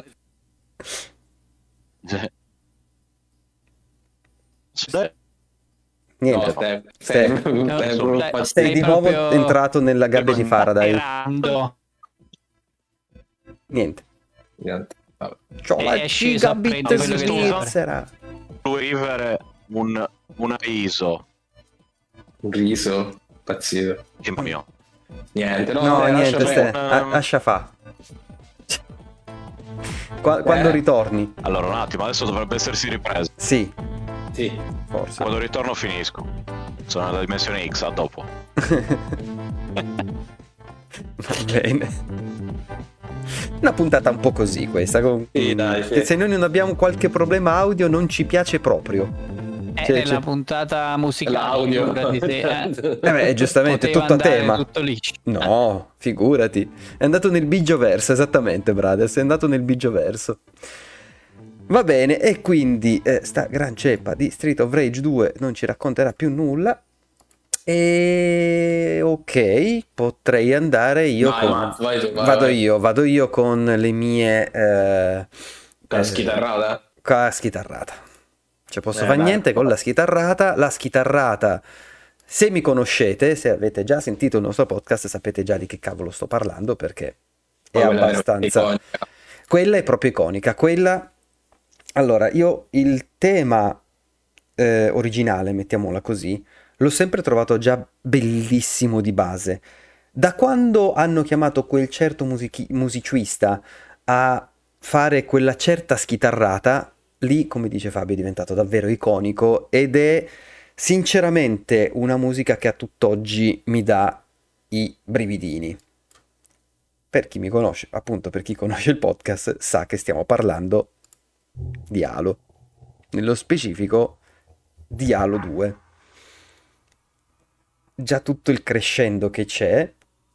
Sì. Niente. No, stai, Stai- stai, stai, No, stai, stai- stai- Sei di nuovo proprio- entrato nella gabbia di Faraday. Sperando. Niente. Niente, vabbè. C'ho E la è sceso a gigabit prendere quello che c'era. svizzera. Scrivere un, una ISO Un riso, pazzito. in mio. Niente, no, No, eh, niente, lascia stai- perdere. a- lascia fa. Qua- Quando Eh. ritorni? Allora, un attimo, adesso dovrebbe essersi ripreso. Sì, Sì. forse. Quando ritorno finisco. Sono nella dimensione X, a dopo. Va bene. Una puntata un po' così questa. con- Sì, dai, sì. che se noi non abbiamo qualche problema audio non ci piace proprio. È Cioè, nella cioè- puntata musicale. L'audio. figurati se, eh, Eh beh, giustamente, poteva tutto a andare tema. tutto lì. No, figurati. È andato nel bigio verso, esattamente, Brothers. È andato nel bigio verso. Va bene, e quindi eh, sta gran ceppa di Street of Rage due non ci racconterà più nulla. E ok, potrei andare io Vai, con... Matt, vai tu, vai, vado vai. io, vado io con le mie... Eh... Con la eh, schitarrata? con la schitarrata. Cioè posso Eh, fare dai. niente con la schitarrata. La schitarrata, se mi conoscete, se avete già sentito il nostro podcast, sapete già di che cavolo sto parlando, perché è quella abbastanza... iconica. Quella è proprio iconica. Quella... Allora, io il tema eh, originale, mettiamola così, l'ho sempre trovato già bellissimo di base. Da quando hanno chiamato quel certo musichi- musicista a fare quella certa schitarrata, lì, come dice Fabio, è diventato davvero iconico ed è sinceramente una musica che a tutt'oggi mi dà i brividini. Per chi mi conosce, appunto per chi conosce il podcast, sa che stiamo parlando di Halo. Nello specifico di Halo due. Già tutto il crescendo che c'è.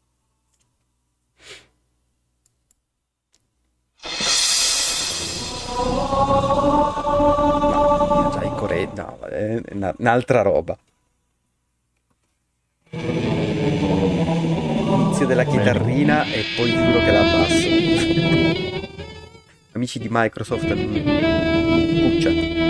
No, già i core... No, è una- un'altra roba. Inizio della chitarrina e poi giuro che la abbasso. Amici di Microsoft, mm, puccia.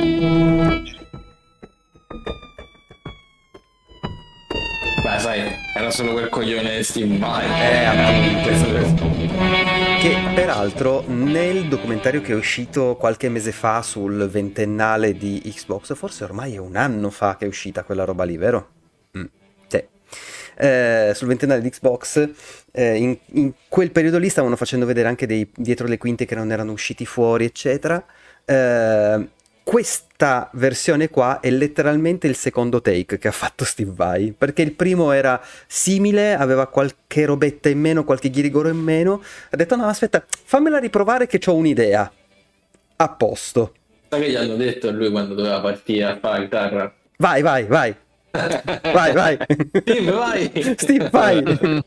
Beh, sai, era solo quel coglione di Steve Vai. Eh, appunto. Questo- Che peraltro nel documentario che è uscito qualche mese fa sul ventennale di Xbox, forse ormai è un anno fa che è uscita quella roba lì, vero? Mm, sì. Eh, sul ventennale di Xbox, eh, in, in quel periodo lì stavano facendo vedere anche dei dietro le quinte che non erano usciti fuori, eccetera. Eh, questa versione qua è letteralmente il secondo take che ha fatto Steve Vai, perché il primo era simile, aveva qualche robetta in meno, qualche ghirigoro in meno. Ha detto no, aspetta, fammela riprovare che ho un'idea. A posto. Sai che gli hanno detto a lui quando doveva partire a fare la chitarra? Vai, vai, vai. Vai, vai. Steve, vai! Steve, vai.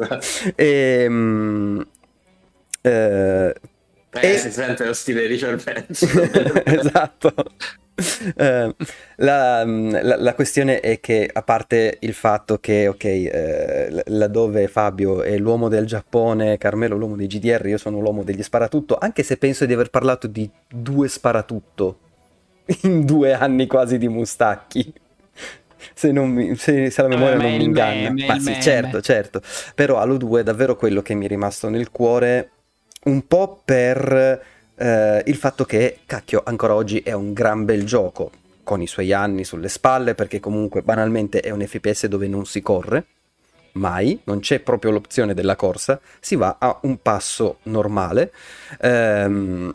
Ehm, eh, Eh, e- si sente lo stile di Richard Benson. esatto. Eh, la, la- la questione è che, a parte il fatto che, ok, eh, laddove Fabio è l'uomo del Giappone, Carmelo l'uomo dei G D R, io sono l'uomo degli sparatutto, anche se penso di aver parlato di due sparatutto in due anni quasi di Mustacchi. Se, non mi- se, se la memoria ma non è mi il inganna. meme, Ma il sì, meme. certo, certo. Però Halo due è davvero quello che mi è rimasto nel cuore, un po' per eh, il fatto che, cacchio, ancora oggi è un gran bel gioco, con i suoi anni sulle spalle, perché comunque banalmente è un F P S dove non si corre, mai, non c'è proprio l'opzione della corsa, si va a un passo normale. Ehm,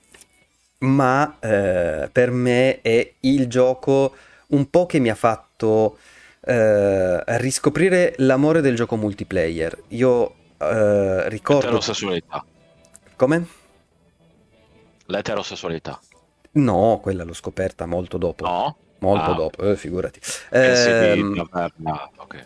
ma eh, per me è il gioco un po' che mi ha fatto eh, riscoprire l'amore del gioco multiplayer. Io eh, ricordo... L'eterosessualità. Come? L'eterosessualità. No, quella l'ho scoperta molto dopo. No? Molto Ah, dopo, eh, figurati. pensi di Ehm, taverna, ok.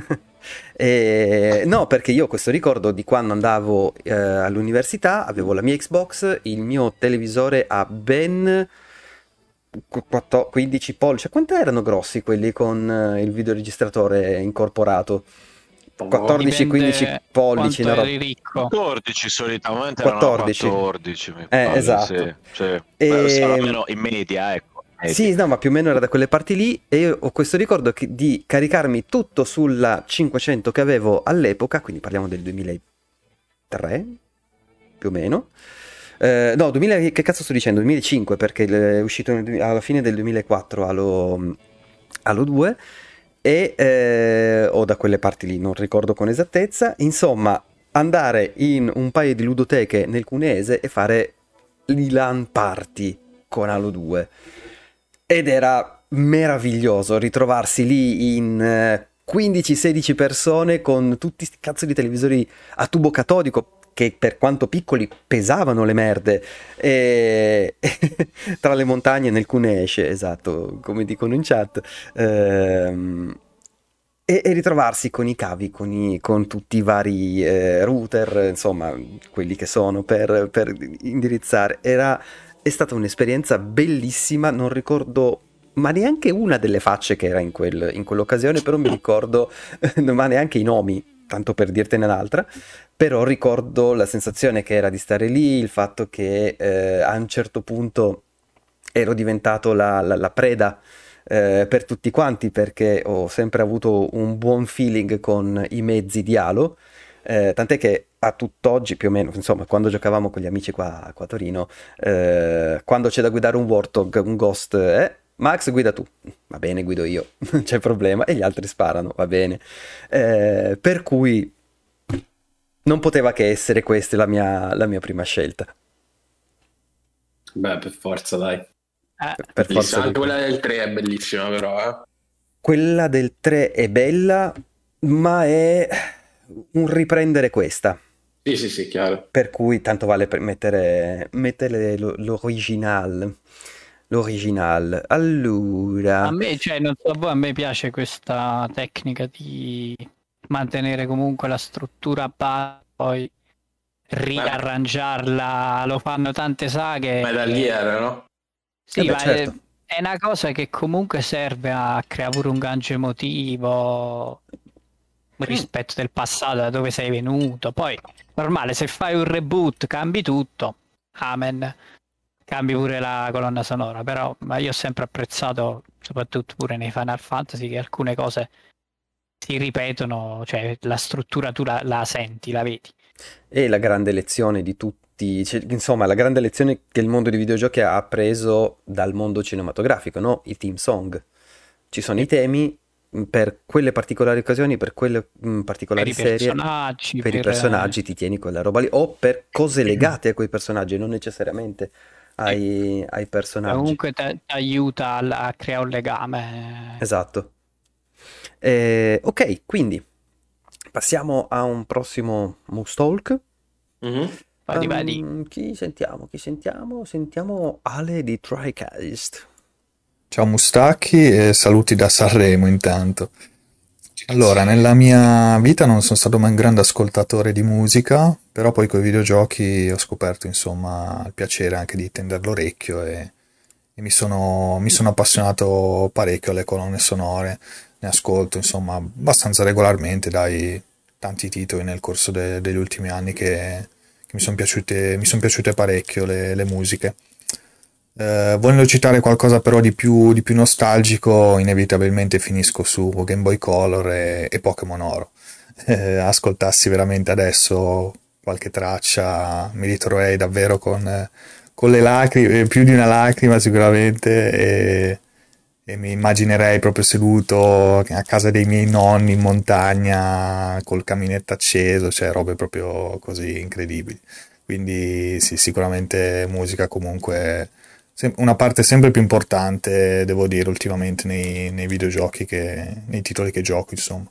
Eh, no, perché io ho questo ricordo di quando andavo eh, all'università, avevo la mia Xbox, il mio televisore a ben qu- quatto- quindici pollici. Quanto erano grossi quelli con eh, il videoregistratore incorporato? quattordici quindici Dipende pollici, quanto una roba. eri ricco. quattordici solitamente erano quattordici. quattordici, mi Eh, pare, esatto. sì, sì. E... Beh, sarà almeno in media, ecco. media. Sì, no, ma più o meno era da quelle parti lì e io ho questo ricordo che- di caricarmi tutto sulla cinquecento che avevo all'epoca, quindi parliamo del duemilatré, più o meno. Eh, no, duemila, che cazzo sto dicendo? duemilacinque, perché è uscito nel- alla fine del duemilaquattro Halo, Halo due, e, eh, o da quelle parti lì, non ricordo con esattezza. Insomma, andare in un paio di ludoteche nel Cuneese e fare i LAN party con Halo due. Ed era meraviglioso ritrovarsi lì in eh, quindici sedici persone con tutti sti cazzo di televisori a tubo catodico che, per quanto piccoli, pesavano le merde, e tra le montagne nel Cuneesce, esatto, come dicono in chat. Ehm, e, e ritrovarsi con i cavi, con, i- con tutti i vari eh, router, insomma, quelli che sono per, per indirizzare. Era, è stata un'esperienza bellissima, non ricordo ma neanche una delle facce che era in, quel- in quell'occasione, però mi ricordo, ma neanche i nomi, tanto per dirtene un'altra, però ricordo la sensazione che era di stare lì, il fatto che eh, a un certo punto ero diventato la, la- la preda eh, per tutti quanti, perché ho sempre avuto un buon feeling con i mezzi di Halo, eh, tant'è che a tutt'oggi più o meno, insomma, quando giocavamo con gli amici qua, qua a Torino, eh, quando c'è da guidare un Warthog, un Ghost, eh, Max guida tu, va bene, guido io, non c'è problema, e gli altri sparano, va bene. Eh, per cui non poteva che essere questa la mia, la mia prima scelta. Beh, per forza, dai. Eh, Per forza Bellissima. di Anche quella del tre è bellissima, però, eh. Quella del tre è bella, ma è un riprendere questa. Sì, sì, sì, chiaro. Per cui tanto vale per mettere, mettere lo- l'original. L'original. a Allora, me, cioè, non so a voi, a me piace questa tecnica di mantenere comunque la struttura base, poi riarrangiarla, lo fanno tante saghe. Metal Gear, no? Sì, eh beh, ma certo. è, è una cosa che comunque serve a creare pure un gancio emotivo rispetto del passato, da dove sei venuto. Poi, normale, se fai un reboot, cambi tutto. Amen. Cambi pure la colonna sonora, però ma io ho sempre apprezzato, soprattutto pure nei Final Fantasy, che alcune cose si ripetono, cioè la struttura tu la, la senti, la vedi. E la grande lezione di tutti, cioè, insomma, la grande lezione che il mondo dei videogiochi ha preso dal mondo cinematografico, no? I theme song. Ci sono i temi mh, per quelle particolari occasioni, per quelle mh, Per particolari i serie, personaggi, per i per, eh, personaggi ti tieni quella roba lì, o per cose legate a quei personaggi, non necessariamente ai, ai personaggi. comunque ti aiuta a, a creare un legame. Esatto. Eh, ok, quindi passiamo a un prossimo Moose Talk. Mhm. Vadi, vadi. Um, chi sentiamo? Chi sentiamo? Sentiamo Ale di TriCast. Ciao Mustacchi e saluti da Sanremo intanto. Allora, nella mia vita non sono stato mai un grande ascoltatore di musica, però poi con i videogiochi ho scoperto insomma il piacere anche di tendere l'orecchio e, e mi sono, mi sono appassionato parecchio alle colonne sonore, ne ascolto insomma abbastanza regolarmente, dai tanti titoli nel corso de- degli ultimi anni che, che mi sono piaciute, mi son piaciute parecchio le, le musiche. Eh, volendo citare qualcosa però di più, di più nostalgico, inevitabilmente finisco su Game Boy Color e, e Pokémon Oro. Eh, ascoltassi veramente adesso qualche traccia, mi ritroverei davvero con, eh, con le lacrime, più di una lacrima sicuramente, e, e mi immaginerei proprio seduto a casa dei miei nonni in montagna col caminetto acceso, cioè robe proprio così incredibili. Quindi sì, sicuramente musica comunque sem- una parte sempre più importante, devo dire, ultimamente nei, nei videogiochi, che, nei titoli che gioco, insomma.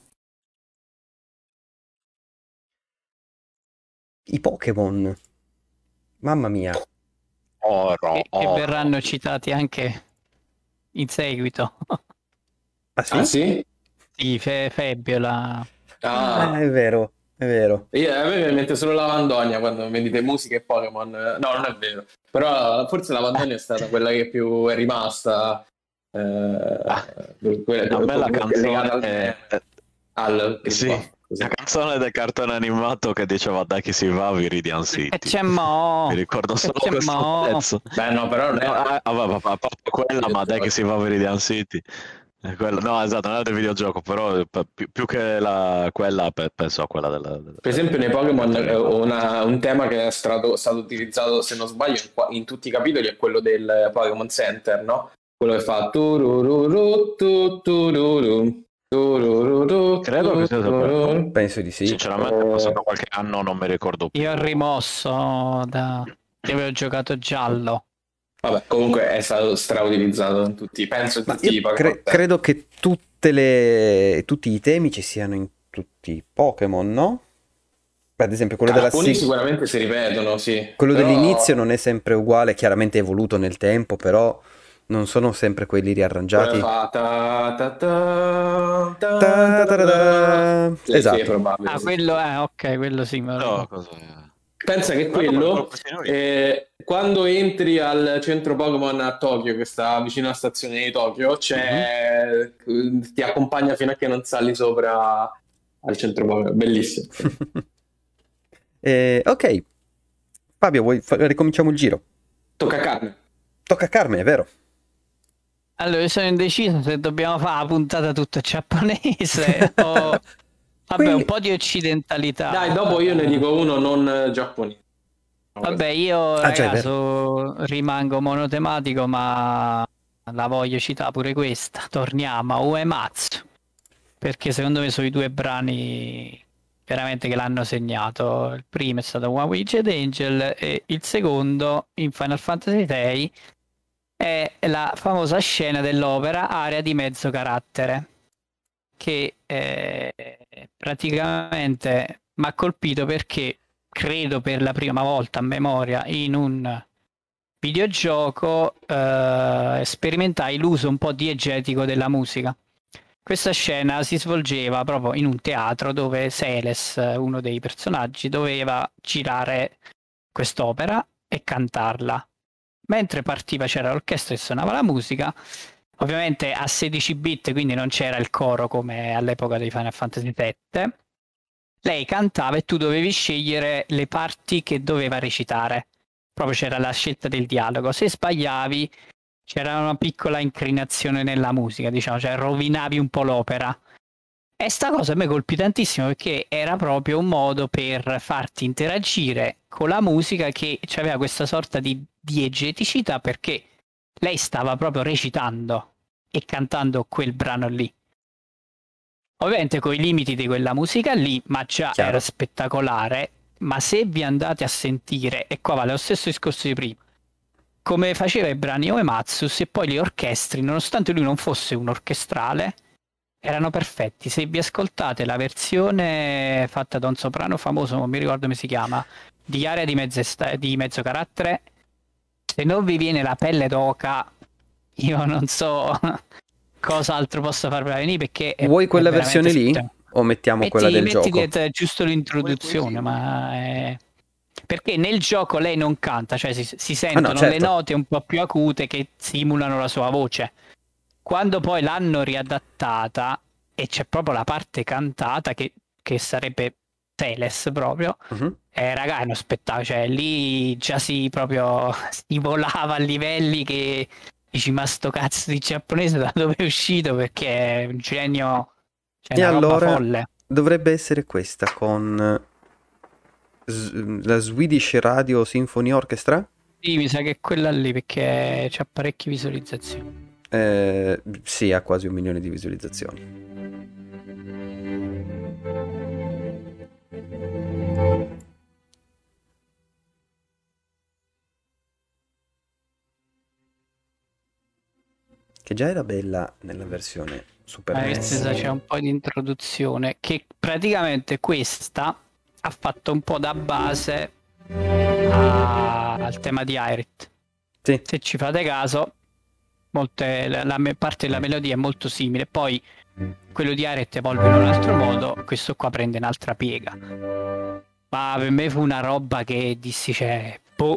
I Pokémon. Mamma mia. Oro, Che, che oro. verranno citati anche in seguito. Ah Ah, sì? sì? Sì, Fe- Febiola. Ah, Ah, è vero, è vero. io, a me viene in mente solo Lavandonia quando mi dite musica e Pokémon. No, non è vero. Però forse Lavandonia è stata quella che più è rimasta. Ah, Eh, quella, a me la legata canzone al, è... al Sì, Green Buff, così. la canzone del cartone animato che diceva dai che si va a Viridian Che City. c'è Mi mo? ricordo Che solo c'è questo mo? pezzo. Beh, no, però non No, era ah, ah, vabbè, a parte quella, ma dai che si va a Viridian City. Eh, quella- no, esatto, non è del videogioco, però pe- più, più che la, quella, pe- penso a quella del, del, per esempio nei del Pokémon cartone eh, animato. una- un tema che è stato, stato utilizzato, se non sbaglio, in, qua- in tutti i capitoli è quello del Pokémon Center, no? Quello che fa turururu, tu, tururu, turururu, Credo che tu, sia quello. tururu. Penso di sì. Sinceramente, è Eh, passato qualche anno, non mi ricordo più. Io ho rimosso da... che avevo giocato giallo. vabbè, comunque è stato strautilizzato in tutti, penso in Ma tutti io i Pokémon cre- Center. credo che tutte le... tutti i temi ci siano in tutti i Pokémon, no? Beh, ad esempio, quello della Alcuni sig- sicuramente si ripetono, sì, quello dell'inizio però non è sempre uguale, chiaramente è evoluto nel tempo, però non sono sempre quelli quello che riarrangiati. fa ta, ta, ta, ta, Ta ta, ta ta, ta ta. ta. Sì, sì, è Esatto. probabile, Ah, sì. quello è, ok, quello sì, me lo No, ricordo. cos'è? Pensa che Quello me lo quello, continui io. eh, quando entri al centro Pokémon a Tokyo, che sta vicino alla stazione di Tokyo, Mhm. c'è, ti accompagna fino a che non sali sopra al centro Pokémon. Bellissimo. Eh, ok, Fabio, vuoi fa- ricominciamo il giro? Tocca a Carmen. Tocca a Carmen, è vero? Allora, io sono indeciso se dobbiamo fare la puntata tutta giapponese o Vabbè, Quelli- un po' di occidentalità. Dai, dopo io ne dico uno non eh, giapponese. Vabbè, io Ah, già, è ragazzo rimango monotematico, ma la voglio citare pure questa. Torniamo a Uematsu, perché secondo me sono i due brani veramente che l'hanno segnato. Il primo è stato One Winged Angel e il secondo, in Final Fantasy sei, è la famosa scena dell'opera Aria di mezzo carattere, che eh, praticamente mi ha colpito perché credo per la prima volta a memoria in un videogioco eh, sperimentai l'uso un po' diegetico della musica. Questa scena si svolgeva proprio in un teatro dove Seles, uno dei personaggi, doveva girare quest'opera e cantarla. Mentre partiva c'era l'orchestra che suonava la musica, ovviamente a sedici bit, quindi non c'era il coro come all'epoca di Final Fantasy sette. Lei cantava e tu dovevi scegliere le parti che doveva recitare. Proprio c'era la scelta del dialogo. Se sbagliavi c'era una piccola inclinazione nella musica, diciamo, cioè rovinavi un po' l'opera. E sta cosa a me colpì tantissimo perché era proprio un modo per farti interagire con la musica che aveva questa sorta di diegeticità perché lei stava proprio recitando e cantando quel brano lì. Ovviamente con i limiti di quella musica lì, ma già Chiaro. era spettacolare. Ma se vi andate a sentire, e qua vale lo stesso discorso di prima, come faceva i brani Uematsu, se poi li orchestri, nonostante lui non fosse un orchestrale, erano perfetti. Se vi ascoltate la versione fatta da un soprano famoso, non mi ricordo come si chiama, di Aria di mezzo, esta- di mezzo carattere, se non vi viene la pelle d'oca, io non so cosa altro possa farvela venire perché è, Vuoi è quella veramente versione lì? spettacolare. O mettiamo quella Metti, del metti gioco? che- giusto l'introduzione, ma è... perché nel gioco lei non canta, cioè si, si Ah no, sentono le certo. note un po' più acute che simulano la sua voce. Quando poi l'hanno riadattata e c'è proprio la parte cantata che, che sarebbe Teles proprio, Mhm. eh, raga, è uno spettacolo, cioè lì già si proprio si volava a livelli che dici ma sto cazzo di giapponese da dove è uscito perché è un genio, cioè E una roba allora folle. dovrebbe essere questa con eh, S- la Swedish Radio Symphony Orchestra? Sì, mi sa che è quella lì perché c'ha parecchie visualizzazioni. Eh, sì, ha quasi un milione di visualizzazioni. Che già era bella nella versione Super Ma N E questa S. c'è un po' di introduzione che praticamente questa ha fatto un po' da base a- al tema di Irith. Sì, Se ci fate caso, molte, la, la me- parte della melodia è molto simile, poi quello di Irith evolve in un altro modo, questo qua prende un'altra piega. Ma per me fu una roba che dissi, cioè, boh,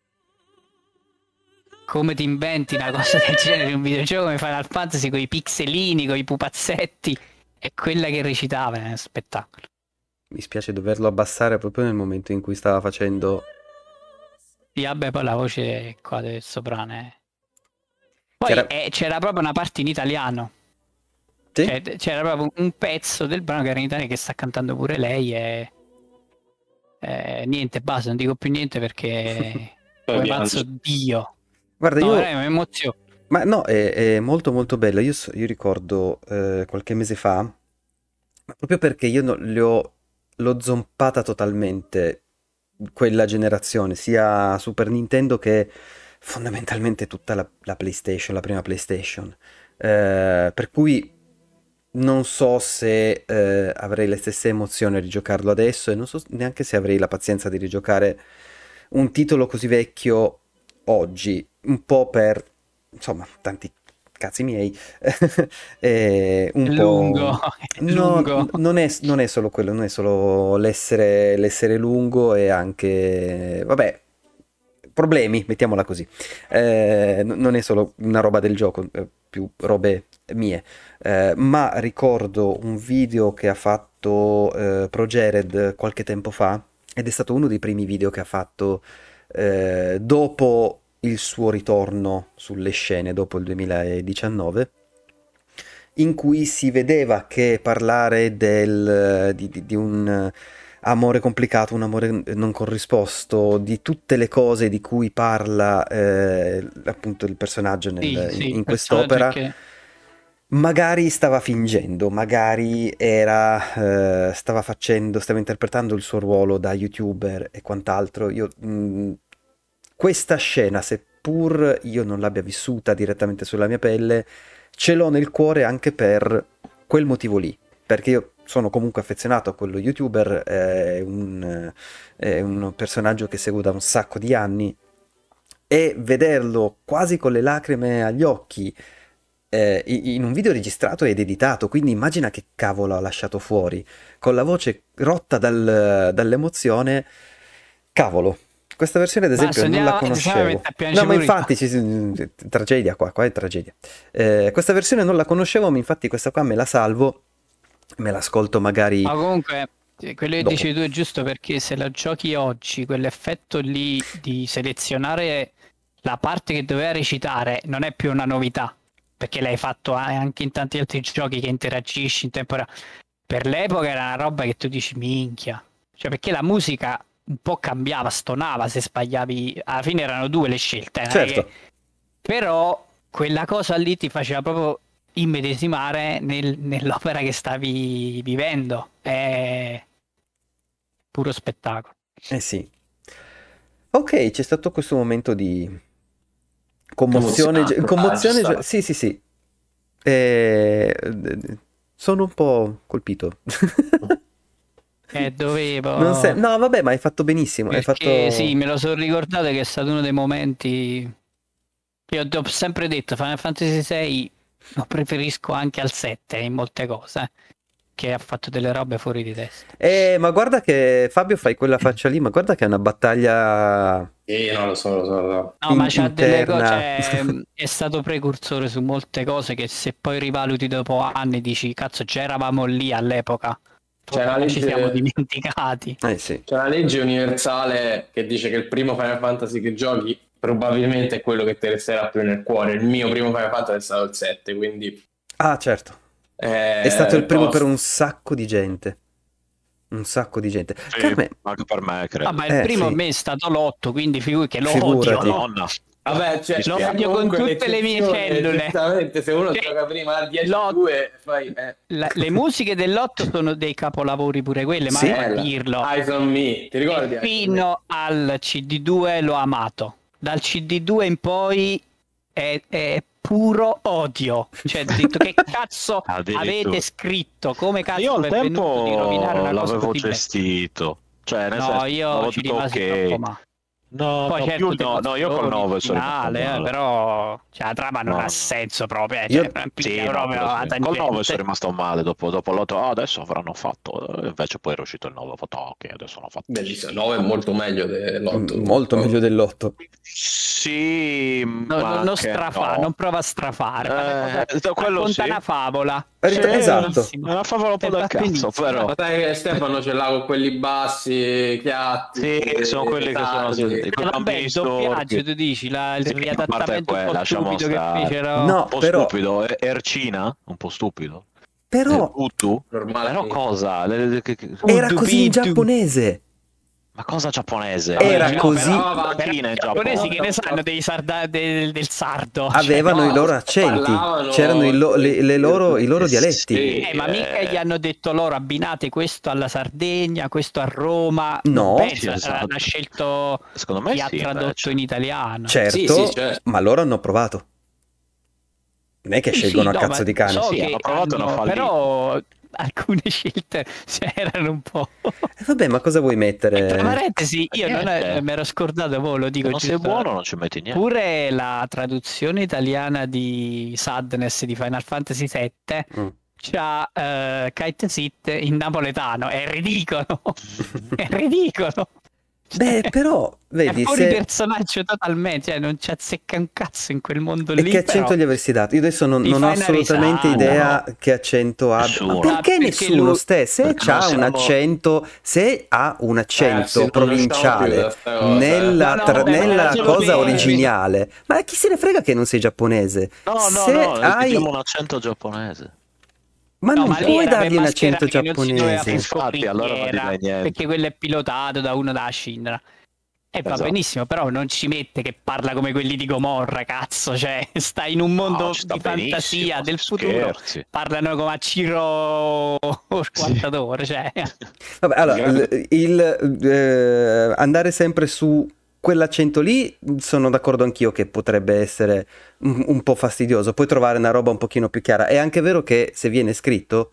come ti inventi una cosa del genere in un videogioco come Final Fantasy con i pixelini, con i pupazzetti e quella che recitava è uno spettacolo. mi spiace doverlo abbassare proprio nel momento in cui stava facendo... Sì, vabbè, poi la voce qua del soprano è... Poi Chiara... eh, c'era proprio una parte in italiano, Sì? cioè d- c'era proprio un pezzo del brano che era in italiano che sta cantando pure lei e... e niente, basta, non dico più niente perché... Poi Come piangi. pazzo Dio. Guarda, No, io... veramente mi emoziono. Ma no, è, è molto molto bella. Io, so- io ricordo eh, qualche mese fa, ma proprio perché io no- le ho, l'ho zompata totalmente quella generazione, sia Super Nintendo che fondamentalmente tutta la, la PlayStation, la prima PlayStation. Eh, per cui non so se eh, avrei le stesse emozioni a rigiocarlo adesso e non so neanche se avrei la pazienza di rigiocare un titolo così vecchio oggi, un po' per, insomma, tanti cazzi miei, e È un lungo, po'... è No, lungo. non è, non è solo quello, non è solo l'essere, l'essere lungo e anche, vabbè, problemi, mettiamola così. Eh, n- non è solo una roba del gioco, eh, più robe mie. Eh, ma ricordo un video che ha fatto eh, ProJared qualche tempo fa ed è stato uno dei primi video che ha fatto eh, dopo il suo ritorno sulle scene, dopo il duemiladiciannove, in cui si vedeva che parlare del, di, di- di un amore complicato, un amore non corrisposto, di tutte le cose di cui parla eh, appunto il personaggio nel- Sì, in, sì, in il quest'opera, personaggio che... magari stava fingendo, magari era, eh, stava facendo, stava interpretando il suo ruolo da YouTuber e quant'altro. Io, mh, questa scena, seppur io non l'abbia vissuta direttamente sulla mia pelle, ce l'ho nel cuore anche per quel motivo lì, perché io sono comunque affezionato a quello YouTuber, è un, è un personaggio che seguo da un sacco di anni, e vederlo quasi con le lacrime agli occhi eh, i- in un video registrato ed editato, quindi immagina che cavolo ha lasciato fuori, con la voce rotta dal- dall'emozione, cavolo. Questa versione ad esempio Basta, non la andiamo avanti, se no mi conoscevo. metto a piangere No, ma pure io. infatti, ci- ci- tragedia qua, qua è tragedia. Eh, questa versione non la conoscevo, ma infatti questa qua me la salvo, me l'ascolto magari Ma comunque, eh, quello che dopo. dici tu è giusto perché se la giochi oggi, quell'effetto lì di selezionare la parte che doveva recitare non è più una novità, perché l'hai fatto a- anche in tanti altri giochi che interagisci in tempo reale. Per l'epoca era una roba che tu dici minchia, cioè perché la musica un po' cambiava, stonava se sbagliavi, alla fine erano due le scelte, non è che... Certo, però quella cosa lì ti faceva proprio immedesimare nel- nell'opera che stavi vivendo. È puro spettacolo. eh sì. Ok, c'è stato questo momento di commozione, ge- Emozionante, commozione, ah, ge- sì, sì, sì. Eh, sono un po' colpito. Eh, dovevo... Non se- No, vabbè, ma hai fatto benissimo. Hai Perché sì, fatto. me lo sono ricordato che è stato uno dei momenti... Io ti ho sempre detto, Final Fantasy sei lo preferisco anche al sette in molte cose, che ha fatto delle robe fuori di testa. Eh, ma guarda che Fabio fai quella faccia lì, ma guarda che è una battaglia Sì, no, lo so, lo so, lo so. No, in- ma c'ha delle cose, interna. cioè, è stato precursore su molte cose che se poi rivaluti dopo anni dici, cazzo, già eravamo lì all'epoca, C'è una forse ci siamo legge, dimenticati. Eh sì. c'è una legge universale che dice che il primo Final Fantasy che giochi probabilmente è quello che ti resterà più nel cuore. Il mio primo Final Fantasy è stato il sette, quindi Ah, certo. eh, È stato il primo per tosto. un sacco di gente. Un sacco di gente. Sì, Carme, anche per me, Ah, credo. ma il eh primo a sì, me è stato l'otto, quindi figuri che lo odio, figurati. no? Madonna. Vabbè, cioè, Mi Lo spiace. odio con comunque tutte le mie l'eccezione, cellule. giustamente, se uno Cioè, gioca prima al l'otto- dieci due, poi eh, la- le musiche dell'otto sono dei capolavori pure quelle, Sì. ma a bella. dirlo. Eyes on Me, ti ricordi? E Eyes on Me? fino al C D due l'ho amato. Dal C D due in poi è, è puro odio. Cioè, ho detto che cazzo Addirittura. avete scritto? Come cazzo Io al vi è venuto di rovinare tempo una cosa l'avevo così bella? gestito. Cioè, nel No, senso, io avevo ci detto rimasi ok. troppo male. No, Poi no, certo più te no, no, io col emozioni, nove il sono rimasto finale, eh, male. però cioè, la trama non No, ha no. senso proprio, eh, Io- cioè, Sì, piglia no, proprio quello la sì. Col nove sono tangente. rimasto male dopo, dopo l'otto. Ah, adesso avranno fatto. eh, Invece poi era uscito il nove. Ho fatto, ah, ok, adesso hanno fatto. Bellissimo, nove è molto meglio dell'otto. M- molto meglio dell'otto. Sì, No, ma no, non anche strafa, no. non prova a strafare, fa una cosa- Eh, quello racconta sì. una favola. Rit- È esatto. bellissimo. È una favola un po' E del va cazzo, benissimo. però. Ma sai che Stefano ce l'ha con quelli bassi, chiatti, Sì, sono quelli che sono tardi. quei Eh, bambini vabbè, il doppiaggio, storpi. tu dici, la- il Sì, a parte riadattamento un quella, po' lasciamo stupido che stare. fecero. Un No, po' però, stupido, E- Ercina, un po' stupido. Eh, però Utu, Normale. però cosa? Le- le- che- che- era Udu così in Pidu. giapponese. Ma cosa giapponese? Vabbè, Era no, così. però va- Però Cina i in giapponesi Giappone. che ne sanno dei sarda- del, del sardo? Cioè, Avevano no, i loro accenti, parlavano- c'erano i, lo- le- le loro, i loro dialetti. Sì, Eh, ma mica eh, gli hanno detto loro abbinate questo alla Sardegna, questo a Roma. No. Non penso, Sì, esatto. l'ha scelto Secondo me chi ha sì, tradotto invece. in italiano. Certo, Sì, sì, certo. ma loro hanno provato. Non è che Sì, scelgono sì, a no, cazzo ma di cane. so Sì, che hanno provato e hanno hanno- fallito. però alcune scelte cioè, erano un po'. Eh, vabbè, ma cosa vuoi Tra mettere? parentesi, io non Niente. mi ero scordato, poi lo Se dico non sei giusto. buono non ci metti niente. Pure la traduzione italiana di Sadness di Final Fantasy sette Mm. c'ha eh, Kite Sit in napoletano, è ridicolo, è ridicolo. Beh, però, È vedi, fuori se... personaggio totalmente, cioè non ci azzecca un cazzo in quel mondo E lì. che accento però. gli avresti dato? Io adesso non, Ti non ho fai una assolutamente risata. idea che accento abbia. Nessuno. Ma perché, Ah, perché nessuno, lui- Ste? Se perché non c'ha un siamo- accento, se ha un accento Ragazzi, non provinciale usciamo più da sta cosa, nella, eh. No, no, tra- vabbè, ma nella solo cosa che- originale, ma chi se ne frega che non sei giapponese? No, no, se no, hai... chiediamo un accento giapponese. Ma No, non ma lì puoi era per dargli un accento mascherare che non si doveva giapponese. fare Infatti, allora non scoprigliera, direi niente. perché quello è pilotato da uno da Shindra. E va Esatto. benissimo, però non ci mette che parla come quelli di Gomorra, cazzo, cioè sta in un mondo No, ci sta di fantasia benissimo, del futuro, scherzi. parlano come a Ciro squattatore, cioè. Vabbè, allora, il, il, eh, andare sempre su quell'accento lì, sono d'accordo anch'io che potrebbe essere un, un po' fastidioso. Puoi trovare una roba un pochino più chiara. È anche vero che se viene scritto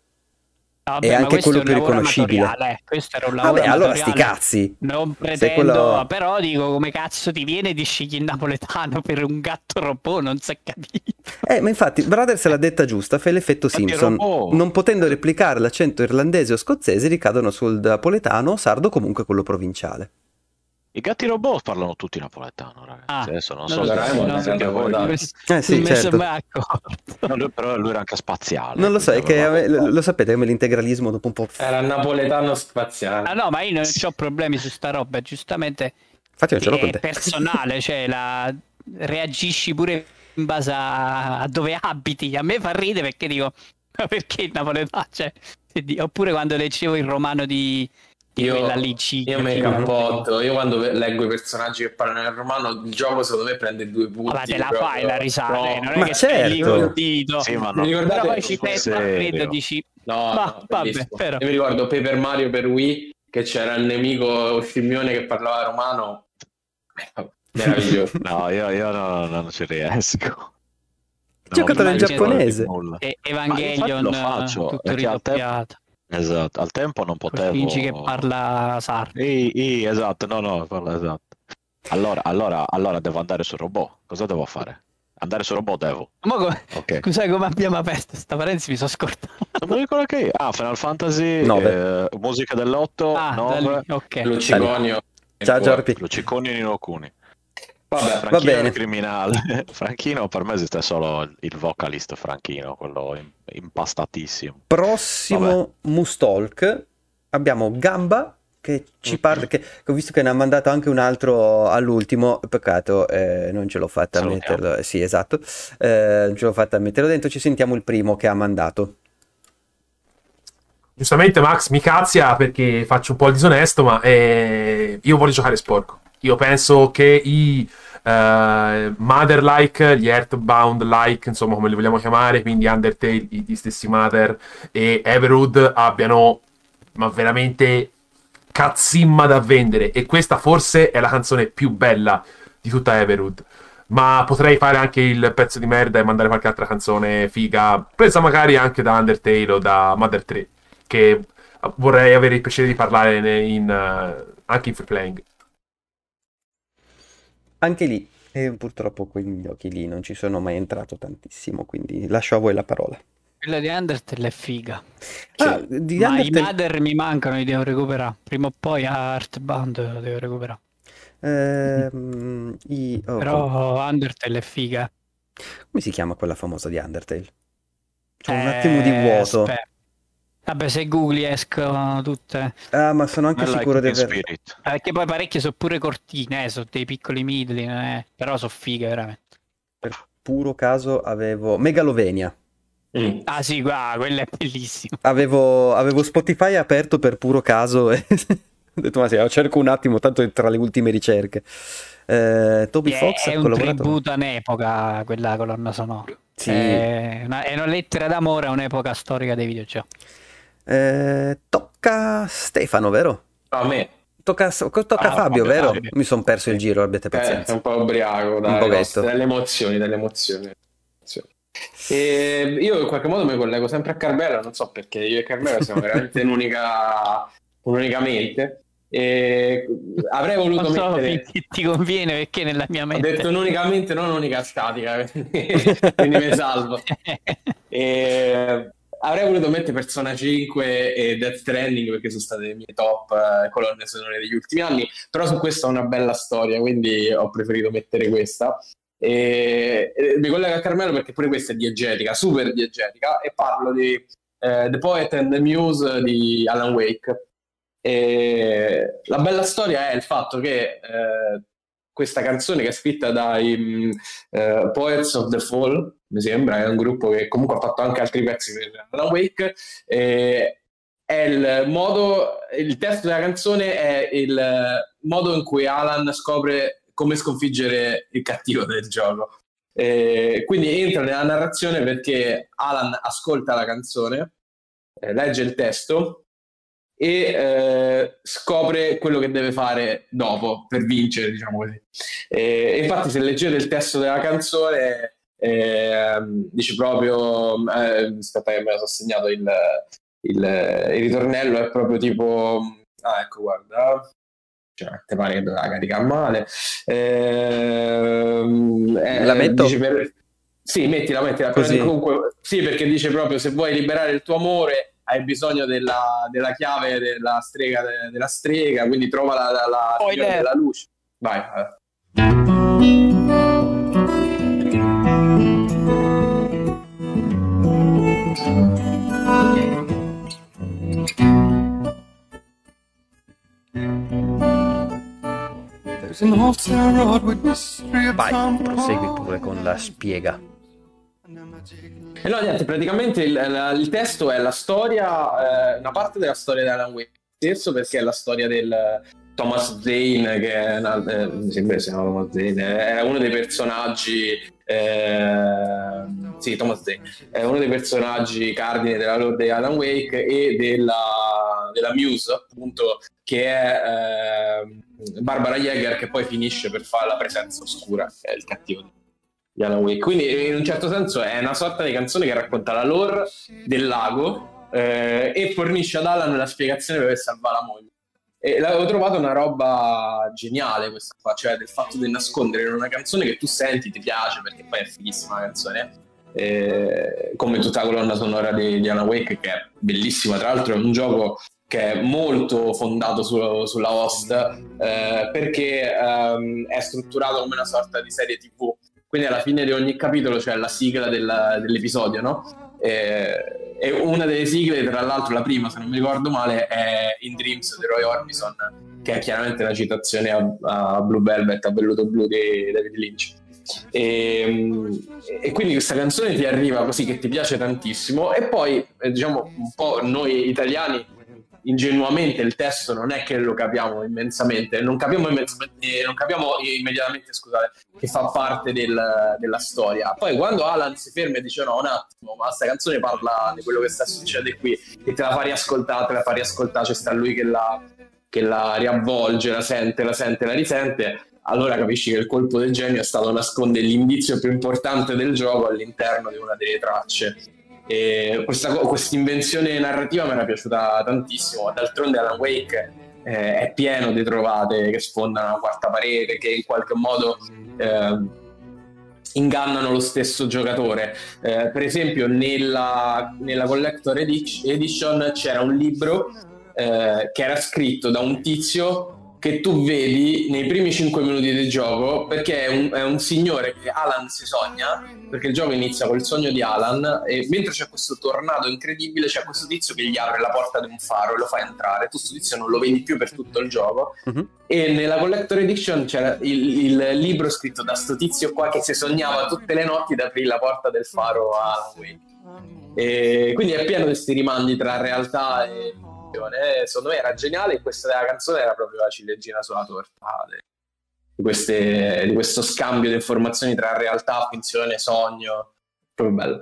Vabbè, è ma anche questo quello è un più lavoro riconoscibile. amatoriale, eh. Questo era un lavoro Vabbè, allora sti amatoriale. cazzi. Non Se pretendo, quello... però dico come cazzo ti viene di scegli il napoletano per un gatto robot, non si è capito. Eh, ma infatti, Brother se l'ha detta giusta, fa l'effetto Infatti, Simpson. robot. Non potendo replicare l'accento irlandese o scozzese, ricadono sul napoletano, sardo, comunque quello provinciale. I gatti robot parlano tutti napoletano, ragazzi. Ah, Adesso non non so lo se so, Doraemon no, era siete voi. napoletano. Eh sì, non mi certo. sono mai accorto. No, lui, però lui era anche spaziale. Non lo so, è quindi che a aveva- me- lo sapete come l'integralismo dopo un po'... Era napoletano spaziale. Ah no, ma io non ho problemi su sta roba, giustamente Infatti non ce l'ho con è te. personale, cioè la... reagisci pure in base a... a dove abiti. A me fa ridere perché dico, ma perché il napoletano? Cioè, se di- oppure quando leggevo il romano di, di Io, quella lì, Ciglia, io mi Ciglia, cappotto, io quando ve- leggo i personaggi che parlano in romano, il gioco secondo me prende due punti. vabbè, te la proprio. fai la risata, No, eh, non è Ma che stai lì certo. col dito. Sì, ma Mi no. ricordate- Però poi ci pensi a Serio? freddo e dici, No, ma no, vabbè, bellissimo. però. Io mi ricordo Paper Mario per Wii, che c'era il nemico scimmione che parlava romano. Meraviglioso. No, io, io no- non ci riesco. Giocatore in immagino- giapponese. Nulla. E Ma infatti Evangelion lo faccio, tutto perché al tempo, ridoppiato. esatto, al tempo non potevo... Fingi che parla sardo. Sì, sì, esatto, no, no, parla esatto. Allora, allora, allora devo andare sul robot. Cosa devo fare? Andare sul robot devo. Ma come... Ok. Scusa come abbiamo aperto sta parentesi, mi sono scordato. Non mi ricordo che... Ah, Final Fantasy, Nove. eh, musica dell'otto, Ah, da nove, lì, ok. Luciconio. Ciao Giorpi. Luciconi e Nino Kuni. Vabbè, Franchino Va bene. è il criminale. Franchino per me esiste solo il- il vocalist Franchino, quello im- impastatissimo. Prossimo Mustalk abbiamo Gamba che ci parla, che, che ho visto che ne ha mandato anche un altro all'ultimo, peccato eh, non ce l'ho fatta a Salutiamo. metterlo, eh, sì esatto, eh, non ce l'ho fatta a metterlo dentro, ci sentiamo il primo che ha mandato. Giustamente Max mi cazia perché faccio un po' il disonesto, ma eh, io voglio giocare sporco. Io penso che i eh, Mother-like, gli Earthbound-like, insomma come li vogliamo chiamare, quindi Undertale, gli stessi Mother e Everwood abbiano ma veramente cazzimma da vendere. E questa forse è la canzone più bella di tutta Everwood. Ma potrei fare anche il pezzo di merda e mandare qualche altra canzone figa, presa magari anche da Undertale o da Mother tre, che vorrei avere il piacere di parlare in, uh, anche in free playing. Anche lì, e purtroppo quegli giochi lì non ci sono mai entrato tantissimo, quindi lascio a voi la parola. Quella di Undertale è figa. Ah, di Ma Undertale- i Mother mi mancano, li devo recuperare. Prima o poi a Earthbound lo devo recuperare. Ehm, i- oh, Però come, Undertale è figa. come si chiama quella famosa di Undertale? C'ho un Eh, attimo di vuoto. aspetta. Vabbè, se googli escono tutte. Ah, ma sono anche I like sicuro di Teen aver... Spirit. Perché poi parecchie sono pure cortine, eh, sono dei piccoli midli, non è- però sono fighe veramente. Per puro caso avevo... Megalovania. Mm. Ah sì, guarda, quella è bellissima. Avevo, avevo Spotify aperto per puro caso e ho detto, ma sì, cerco un attimo, tanto è tra le ultime ricerche. Eh, Toby È, Fox è ha un collaborato... tributo a un'epoca, quella colonna sonora. Sì. È una, è una lettera d'amore a un'epoca storica dei videogiochi. Eh, tocca Stefano, vero? A me. Tocca, tocca Ah, Fabio, Fabio, vero? sì. Mi sono perso il giro, abbiate Eh, è pazienza. un po' ubriaco, dai, pochetto. cose, dalle emozioni, dalle emozioni. E io in qualche modo mi collego sempre a Carmelo, non so perché io e Carmelo siamo veramente un'unica, un'unica mente. E avrei voluto Non so mettere... finché ti conviene perché nella mia Ho mente... detto unicamente, non unica statica, quindi, quindi mi salvo. E avrei voluto mettere Persona cinque e Death Stranding perché sono state le mie top eh, colonne sonore degli ultimi anni, però su questa è una bella storia, quindi ho preferito mettere questa. E, e mi collego a Carmelo perché pure questa è diegetica, super diegetica, e parlo di eh, The Poet and the Muse di Alan Wake. E la bella storia è il fatto che eh, questa canzone che è scritta dai uh, Poets of the Fall, mi sembra, è un gruppo che comunque ha fatto anche altri pezzi per Alan Wake, e è il modo, il testo della canzone è il modo in cui Alan scopre come sconfiggere il cattivo del gioco. E quindi entra nella narrazione perché Alan ascolta la canzone, eh, legge il testo e eh, scopre quello che deve fare dopo per vincere, diciamo così. E infatti se leggete il testo della canzone eh, dice proprio eh, aspetta che me lo sono segnato il, il, il ritornello è proprio tipo ah ecco guarda, cioè te pare che doveva caricare male, eh, La metto? Dice per... sì, mettila, mettila. Così. Comunque, sì, perché dice proprio se vuoi liberare il tuo amore hai bisogno della, della chiave della strega de, della strega, quindi trova la, la, la Poi signora le- della luce. Vai, vai. There's an old town road with mystery of Vai, Tom prosegui pure con la spiega. E no, niente, praticamente il, la- il testo è la storia, eh, una parte della storia di Alan Wake stesso, perché è la storia del Thomas Zane, che è una, eh, mi sembra che si chiama Thomas Zane, è uno dei personaggi, eh, sì, Thomas Zane, è uno dei personaggi cardine della lore di Alan Wake e della, della Muse, appunto, che è eh, Barbara Yeager, che poi finisce per fare la presenza oscura, che è il cattivo di Alan Wake. Quindi in un certo senso è una sorta di canzone che racconta la lore del lago eh, e fornisce ad Alan la spiegazione per salvare la moglie. E l'avevo trovato una roba geniale questa qua, cioè del fatto di nascondere in una canzone che tu senti, ti piace, perché poi è fighissima la canzone, eh, come tutta la colonna sonora di, di Alan Wake, che è bellissima. Tra l'altro è un gioco che è molto fondato su, sulla host, eh, perché ehm, è strutturato come una sorta di serie tivù. Quindi alla fine di ogni capitolo c'è la sigla della, dell'episodio, no? E, e una delle sigle, tra l'altro la prima, se non mi ricordo male, è In Dreams di Roy Orbison, che è chiaramente una citazione a, a Blue Velvet, a Velluto Blu di David Lynch. E, e quindi questa canzone ti arriva così, che ti piace tantissimo, e poi eh, diciamo un po' noi italiani ingenuamente il testo non è che lo capiamo immensamente, non capiamo immensamente, non capiamo immediatamente, scusate, che fa parte del, della storia. Poi quando Alan si ferma e dice no, un attimo, ma sta canzone parla di quello che sta succedendo qui, e te la fa riascoltare, te la fa riascoltare, c'è sta lui che la, che la riavvolge, la sente, la sente, la risente, allora capisci che il colpo del genio è stato nascondere l'indizio più importante del gioco all'interno di una delle tracce. E questa questa invenzione narrativa mi era piaciuta tantissimo. D'altronde Alan Wake eh, è pieno di trovate che sfondano la quarta parete, che in qualche modo eh, ingannano lo stesso giocatore. Eh, per esempio nella, nella Collector Edition c'era un libro eh, che era scritto da un tizio che tu vedi nei primi cinque minuti del gioco, perché è un, è un signore che Alan si sogna, perché il gioco inizia col sogno di Alan, e mentre c'è questo tornado incredibile c'è questo tizio che gli apre la porta di un faro e lo fa entrare. Tu sto tizio non lo vedi più per tutto il gioco. Uh-huh. E nella Collector Edition c'era il, il libro scritto da sto tizio qua che si sognava tutte le notti di aprire la porta del faro a Alan Wake. E quindi è pieno di questi rimandi tra realtà e eh, secondo me era geniale, e questa della canzone era proprio la ciliegina sulla torta di, queste, di questo scambio di informazioni tra realtà, finzione, sogno, proprio bello.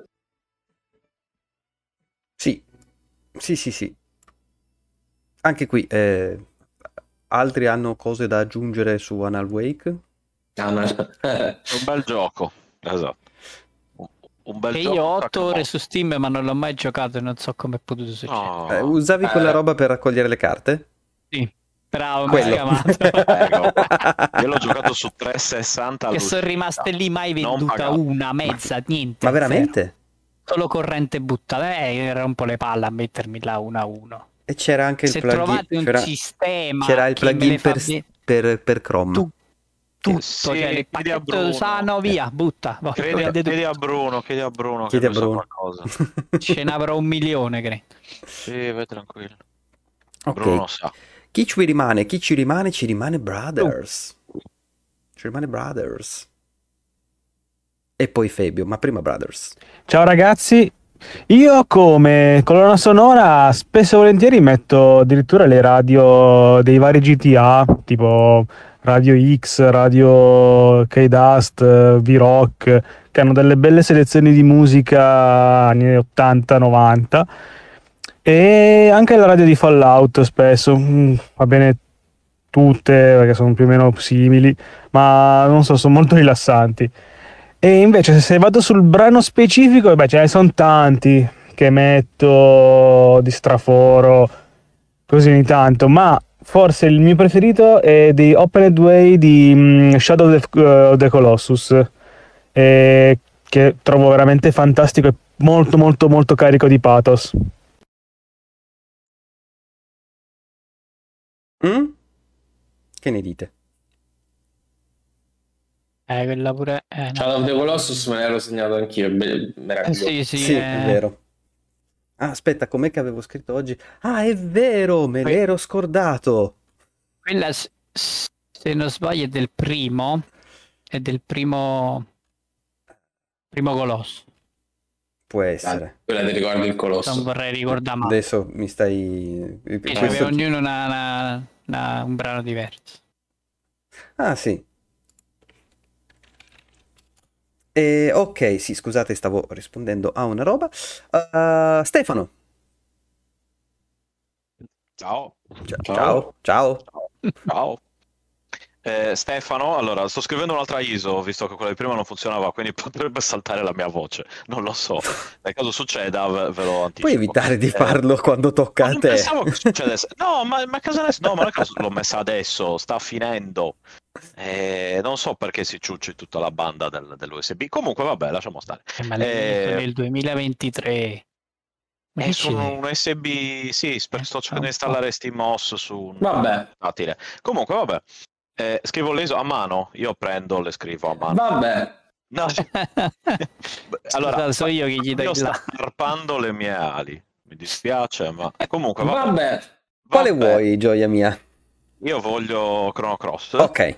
Sì, sì, sì, sì. Anche qui eh, altri hanno cose da aggiungere su Alan Wake? Ah, no. Un bel gioco, esatto. Un bel che gioco io ho otto staccato. ore su Steam ma non l'ho mai giocato e non so come è potuto succedere. No. Eh, usavi quella Eh. roba per raccogliere le carte? Sì, bravo, mi Quello. hai chiamato. Ecco. Io l'ho giocato su trecentosessanta Che all'uscita. sono rimaste lì mai Non venduta pagato. una, mezza, niente. Ma veramente? zero. Solo corrente buttata, eh, era un po' le palle a mettermi là uno a uno. E c'era anche il Se plugin. trovate un c'era, sistema c'era il che me plugin le fa per, ve- per, per Chrome. tu- tutto, Sì, cioè il chiedi a pacchetto Bruno. sano, via, butta. Voglio Chiedi, vedere chiedi tutto. a Bruno, chiedi a Bruno Chiedi che a lui sa Bruno. qualcosa. Ce ne avrò un milione, credo. Sì, vai tranquillo. Ok. Bruno sa. Chi ci rimane? Chi ci rimane? Ci rimane Brothers. Ci Sherman Brothers. E poi Fabio, ma prima Brothers. Ciao ragazzi, io come colonna sonora spesso e volentieri metto addirittura le radio dei vari G T A, tipo Radio X, Radio K-Dust, V-Rock, che hanno delle belle selezioni di musica anni ottanta novanta, e anche la radio di Fallout spesso, mm, va bene tutte perché sono più o meno simili, ma non so, sono molto rilassanti. E invece se vado sul brano specifico, beh, ce ne sono tanti che metto di straforo così ogni tanto, ma forse il mio preferito è di Opened Way di um, Shadow of the, uh, of the Colossus, eh, che trovo veramente fantastico e molto molto molto carico di pathos. Mm? Che ne dite? Eh, quella pure... Eh, no. Shadow of the Colossus me l'ero segnato anch'io, be- meraviglioso. Eh, sì, sì, Sì, eh. è vero. Ah, aspetta, com'è che avevo scritto oggi? Ah, è vero, me Que- l'ero scordato. Quella, s- s- se non sbaglio, è del primo, è del primo, primo Colosso. Può Ah, essere. quella ti ricordi il Non Colosso. vorrei ricordare male. Adesso mi stai... E questo- c'aveva ognuno una- una- una- un brano diverso. Ah, sì. E, ok, sì, scusate, stavo rispondendo a una roba. Uh, Stefano. Ciao. Ciao. Ciao. Ciao. Ciao. Ciao. Eh, Stefano, allora sto scrivendo un'altra I S O, visto che quella di prima non funzionava, quindi potrebbe saltare la mia voce, non lo so. Nel caso succeda, ve, ve lo anticipo. Puoi evitare di Eh, farlo quando tocca ma a non te. pensavo che succedesse. No, ma, ma cosa ne so? No, ma non è che l'ho messa adesso, sta finendo. Eh, non so perché si ciucci tutta la banda del, dell'U S B. Comunque, vabbè, lasciamo stare. Eh, ma l'hai detto Eh, nel duemilaventitré. Ma È che su ci un U S B, sì, sper- sto cercando di un po'. installare SteamOS su un Vabbè, portatile. Comunque, vabbè, eh, scrivo le I S O a mano, io prendo, le scrivo a mano. vabbè. No, allora, Scusa, so io che gli dai io sto là. arpando le mie ali, mi dispiace, ma comunque, vabbè. Vabbè. Quale Vabbè, vuoi, gioia mia? io voglio Chrono Cross, Ok,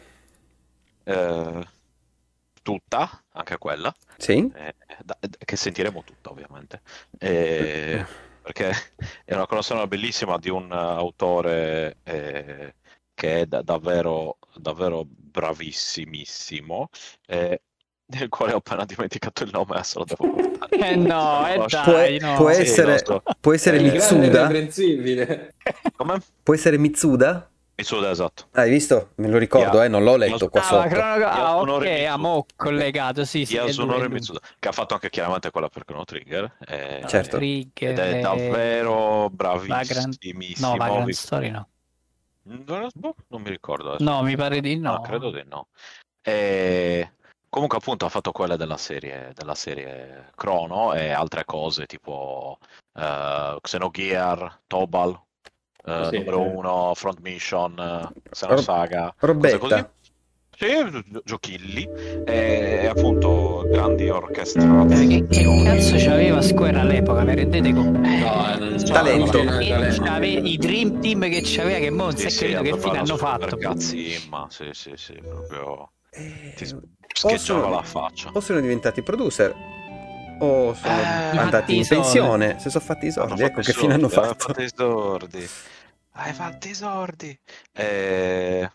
eh, tutta, anche quella, sì. eh, da- che sentiremo tutta ovviamente, eh, perché è una colonna sonora bellissima di un autore eh, che è da- davvero, davvero bravissimissimo, eh, del quale ho appena dimenticato il nome, adesso lo devo portare. Eh no, eh Lo- Può, dai, no. può Sì, essere, lo so. può essere Eh, Grande Mitsuda? irreprensibile. Come? Può essere Mitsuda? Mitsuda, esatto. Hai visto? Me lo ricordo, Ya- eh, non l'ho letto qua Ah, ma sotto. crono- ah, Yasunori ok, Mitsuda. ah, mo' collegato, sì, sì, è lui, è Yasunori lui. Mitsuda, che ha fatto anche chiaramente quella per Chrono Trigger. eh, Certo. Trigger, Ed è eh, davvero Vagrant... bravissimissimo. No, Vagrant Vi- Story no. Non boh, non mi ricordo adesso. No, mi pare di no. Ah, credo di no. E comunque appunto ha fatto quelle della serie, della serie Chrono e altre cose tipo eh, Xenogear, Tobal, eh, Sì, numero sì. uno, Front Mission, eh, Xenosaga, cose Robetta. così. Sì, gio- giochilli e appunto grandi orchestrazioni. Eh, che, che cazzo c'aveva Square all'epoca, vi rendete conto? No, non c'è Talento. una E talento. c'ave- I Dream Team che c'aveva, che mo non si è Sì, sì, capito che aveva fine la hanno super fatto. cazzimma, sì, sì, sì, proprio Eh, ti scheggiava possono, la faccia. o sono diventati producer o sono Eh, andati fatti in i soldi. pensione. Se sono fatti i soldi, Hanno ecco fatto che i fine hanno sordi, hanno fatto. fatto i sordi. Hai fatto i sordi. Eh,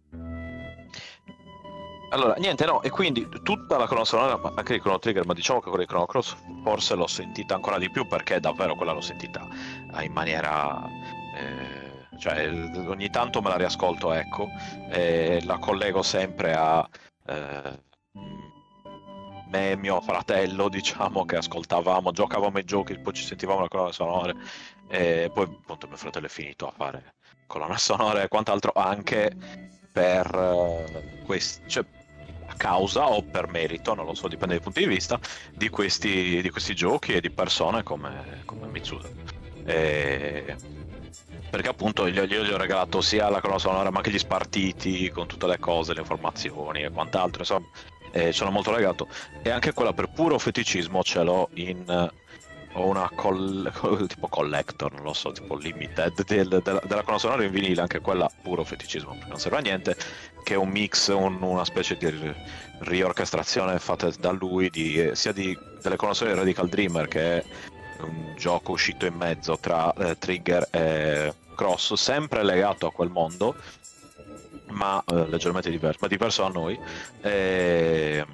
Allora, niente, no, e quindi tutta la colonna sonora, ma anche di Chrono Trigger, ma diciamo che quella di Chrono Cross forse l'ho sentita ancora di più perché davvero quella l'ho sentita eh, in maniera... eh, cioè ogni tanto me la riascolto, ecco, e la collego sempre a eh, me e mio fratello, diciamo, che ascoltavamo, giocavamo ai giochi, poi ci sentivamo la colonna sonora e poi appunto mio fratello è finito a fare colonna sonora e quant'altro anche per eh, questi, cioè, a causa o per merito, non lo so, dipende dai punti di vista, di questi, di questi giochi e di persone come, come Mitsuda. E... Perché appunto io, io gli ho regalato sia la colonna sonora ma anche gli spartiti con tutte le cose, le informazioni e quant'altro, insomma, eh, sono molto legato. E anche quella per puro feticismo ce l'ho in... ho una coll- tipo collector, non lo so, tipo limited del- della, della colonna sonora in vinile, anche quella puro feticismo perché non serve a niente, che è un mix, un- una specie di ri- riorchestrazione fatta da lui di, eh, sia di, delle colonne di Radical Dreamer, che è un gioco uscito in mezzo tra eh, Trigger e Cross, sempre legato a quel mondo, ma eh, leggermente diverso, ma diverso da noi. E...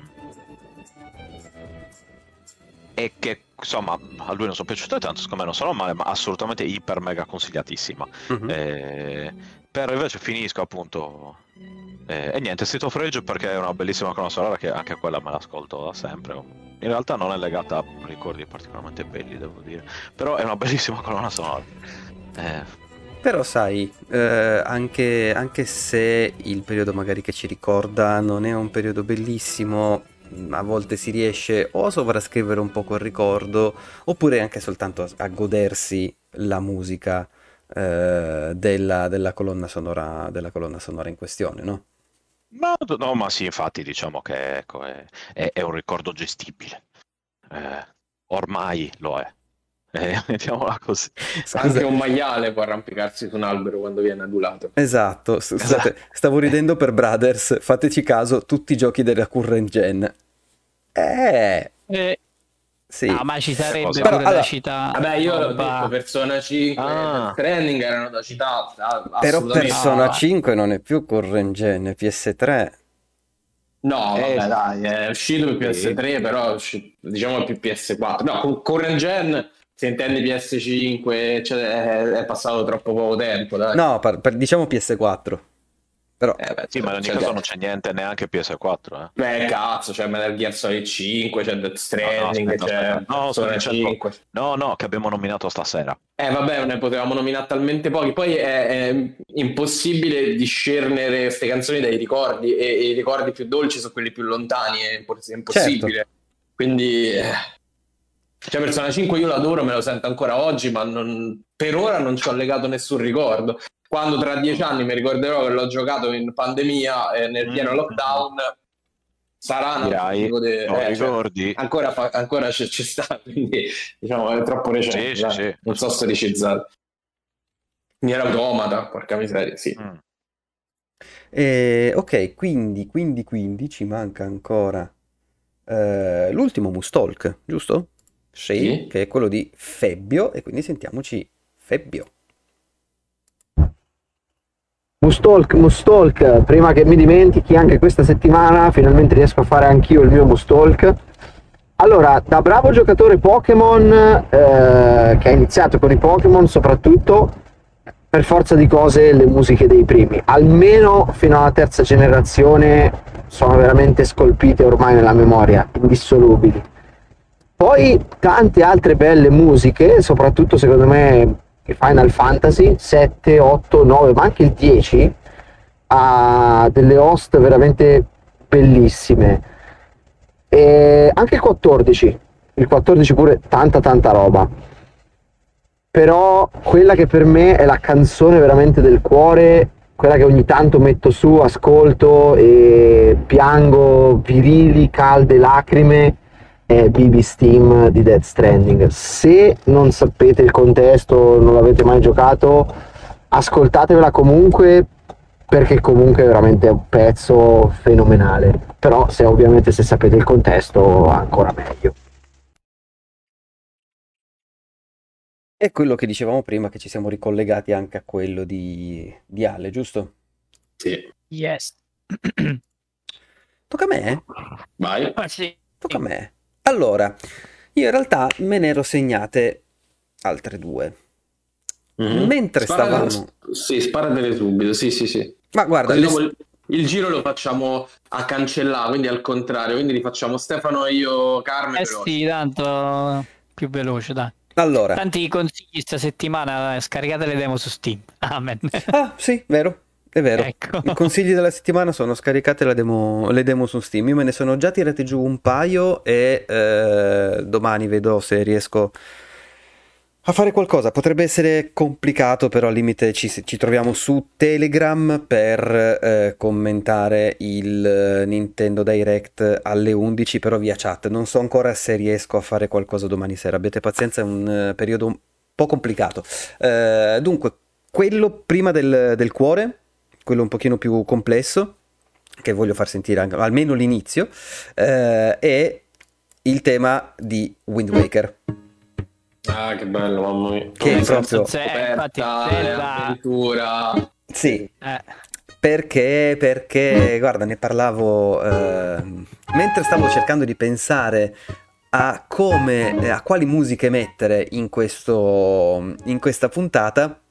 e che insomma a lui non sono piaciute tanto, secondo me non sono male, ma assolutamente iper mega consigliatissima. Mhm. Eh, però invece finisco appunto eh, e niente, Street of Rage perché è una bellissima colonna sonora, che anche quella me l'ascolto da sempre. In realtà non è legata a ricordi particolarmente belli, devo dire, però è una bellissima colonna sonora. Eh, Però sai, eh, anche, anche se il periodo magari che ci ricorda non è un periodo bellissimo, mh, a volte si riesce o a sovrascrivere un po' quel ricordo, oppure anche soltanto a, a godersi la musica eh, della, della colonna sonora, della colonna sonora in questione, no? no, no, ma sì, infatti diciamo che ecco, è, è- è un ricordo gestibile. Eh, ormai lo è. Eh, mettiamola così. Scusa, Anche un maiale può arrampicarsi su un albero quando viene adulato. esatto, s- scusate, Esatto. stavo ridendo per Brothers, fateci caso, tutti i giochi della current gen. Eh, Eh, sì. no, ma ci sarebbe Cosa? Però, pure da allora, citare Vabbè, io l'ho roba- detto, Persona cinque e Ah. Death Stranding erano da citare, ah, Però assolutamente. Persona No. cinque non è più current gen, è P S tre. No, Eh, vabbè, dai, è uscito il P S sì. tre, però è usci- diciamo più P S quattro. No, con current gen, se intendi P S cinque, cioè, è, è passato troppo poco tempo, dai. No, par- par- diciamo P S quattro. Però, Eh, beh, Sì, ma in ogni cioè, caso non c'è niente neanche P S quattro, eh. beh, cazzo, c'è Metal Gear Solid cinque, c'è Death No, no, Stranding, aspetta, c'è aspetta. No, sto Persona dicendo- cinque. no, no, che abbiamo nominato stasera. Eh vabbè, ne potevamo nominare talmente pochi, poi è, è impossibile discernere queste canzoni dai ricordi, e, e i ricordi più dolci sono quelli più lontani, è, impo- è impossibile. Quindi, eh, cioè Persona cinque io l'adoro, me lo sento ancora oggi, ma non- per ora non ci ho legato nessun ricordo. Quando tra dieci anni mi ricorderò che l'ho giocato in pandemia e nel pieno Mm. lockdown, sarà un altro Dirai, tipo di... lo eh, cioè, ricordi? ancora, fa- ancora ci, ci sta, quindi diciamo è troppo recente, Sì, sì, dai. sì. Non so storicizzato. Nier Automata, porca miseria, sì. Mm. eh, ok, quindi, quindi, quindi ci manca ancora eh, l'ultimo Mustalk, giusto? Sì, Sì. che è quello di Febbio, e quindi sentiamoci Febbio. Mustalk, Mustalk, prima che mi dimentichi, anche questa settimana finalmente riesco a fare anch'io il mio Mustalk. Allora, da bravo giocatore Pokémon, eh, che ha iniziato con i Pokémon soprattutto, per forza di cose le musiche dei primi, almeno fino alla terza generazione, sono veramente scolpite ormai nella memoria, indissolubili. Poi tante altre belle musiche, soprattutto secondo me il Final Fantasy sette, otto, nove, ma anche il dieci ha delle host veramente bellissime. E anche il quattordici, il quattordici pure tanta tanta roba. Però quella che per me è la canzone veramente del cuore, quella che ogni tanto metto su, ascolto e piango virili, calde lacrime, è B B Steam di Death Stranding. Se non sapete il contesto, non l'avete mai giocato, ascoltatevela comunque, perché comunque è veramente un pezzo fenomenale. Però se ovviamente se sapete il contesto ancora meglio. È quello che dicevamo prima, che ci siamo ricollegati anche a quello di, di Ale, giusto? Sì. Yes. Tocca a me? Vai. Ah, sì. Tocca a me. Allora, io in realtà me ne ero segnate altre due. Mhm. Mentre Sparatele- stavamo... Sì, sparatele subito, sì, sì, sì. Ma guarda, Così le- dopo il, il giro lo facciamo a cancellare, quindi al contrario, quindi rifacciamo Stefano, io, Carmen, Eh veloci. sì, tanto più veloce, dai. allora... Tanti consigli sta settimana, eh, scaricate le demo su Steam. Amen. Ah, sì, vero, è vero. Ecco. I consigli della settimana sono: scaricate la demo, le demo su Steam. Io me ne sono già tirate giù un paio e eh, domani vedo se riesco a fare qualcosa. Potrebbe essere complicato, però al limite ci, ci troviamo su Telegram per eh, commentare il eh, Nintendo Direct alle undici, però via chat. Non so ancora se riesco a fare qualcosa domani sera. Abbiate pazienza, è un eh, periodo un po' complicato. Eh, dunque, quello prima del, del cuore, quello un pochino più complesso, che voglio far sentire anche, almeno l'inizio, eh, è il tema di Wind Waker. Ah, che bello, mamma mia. Che è proprio scoperta, avventura. Sì, eh. perché, perché, guarda, ne parlavo eh, mentre stavo cercando di pensare a come, a quali musiche mettere in questo, in questa puntata.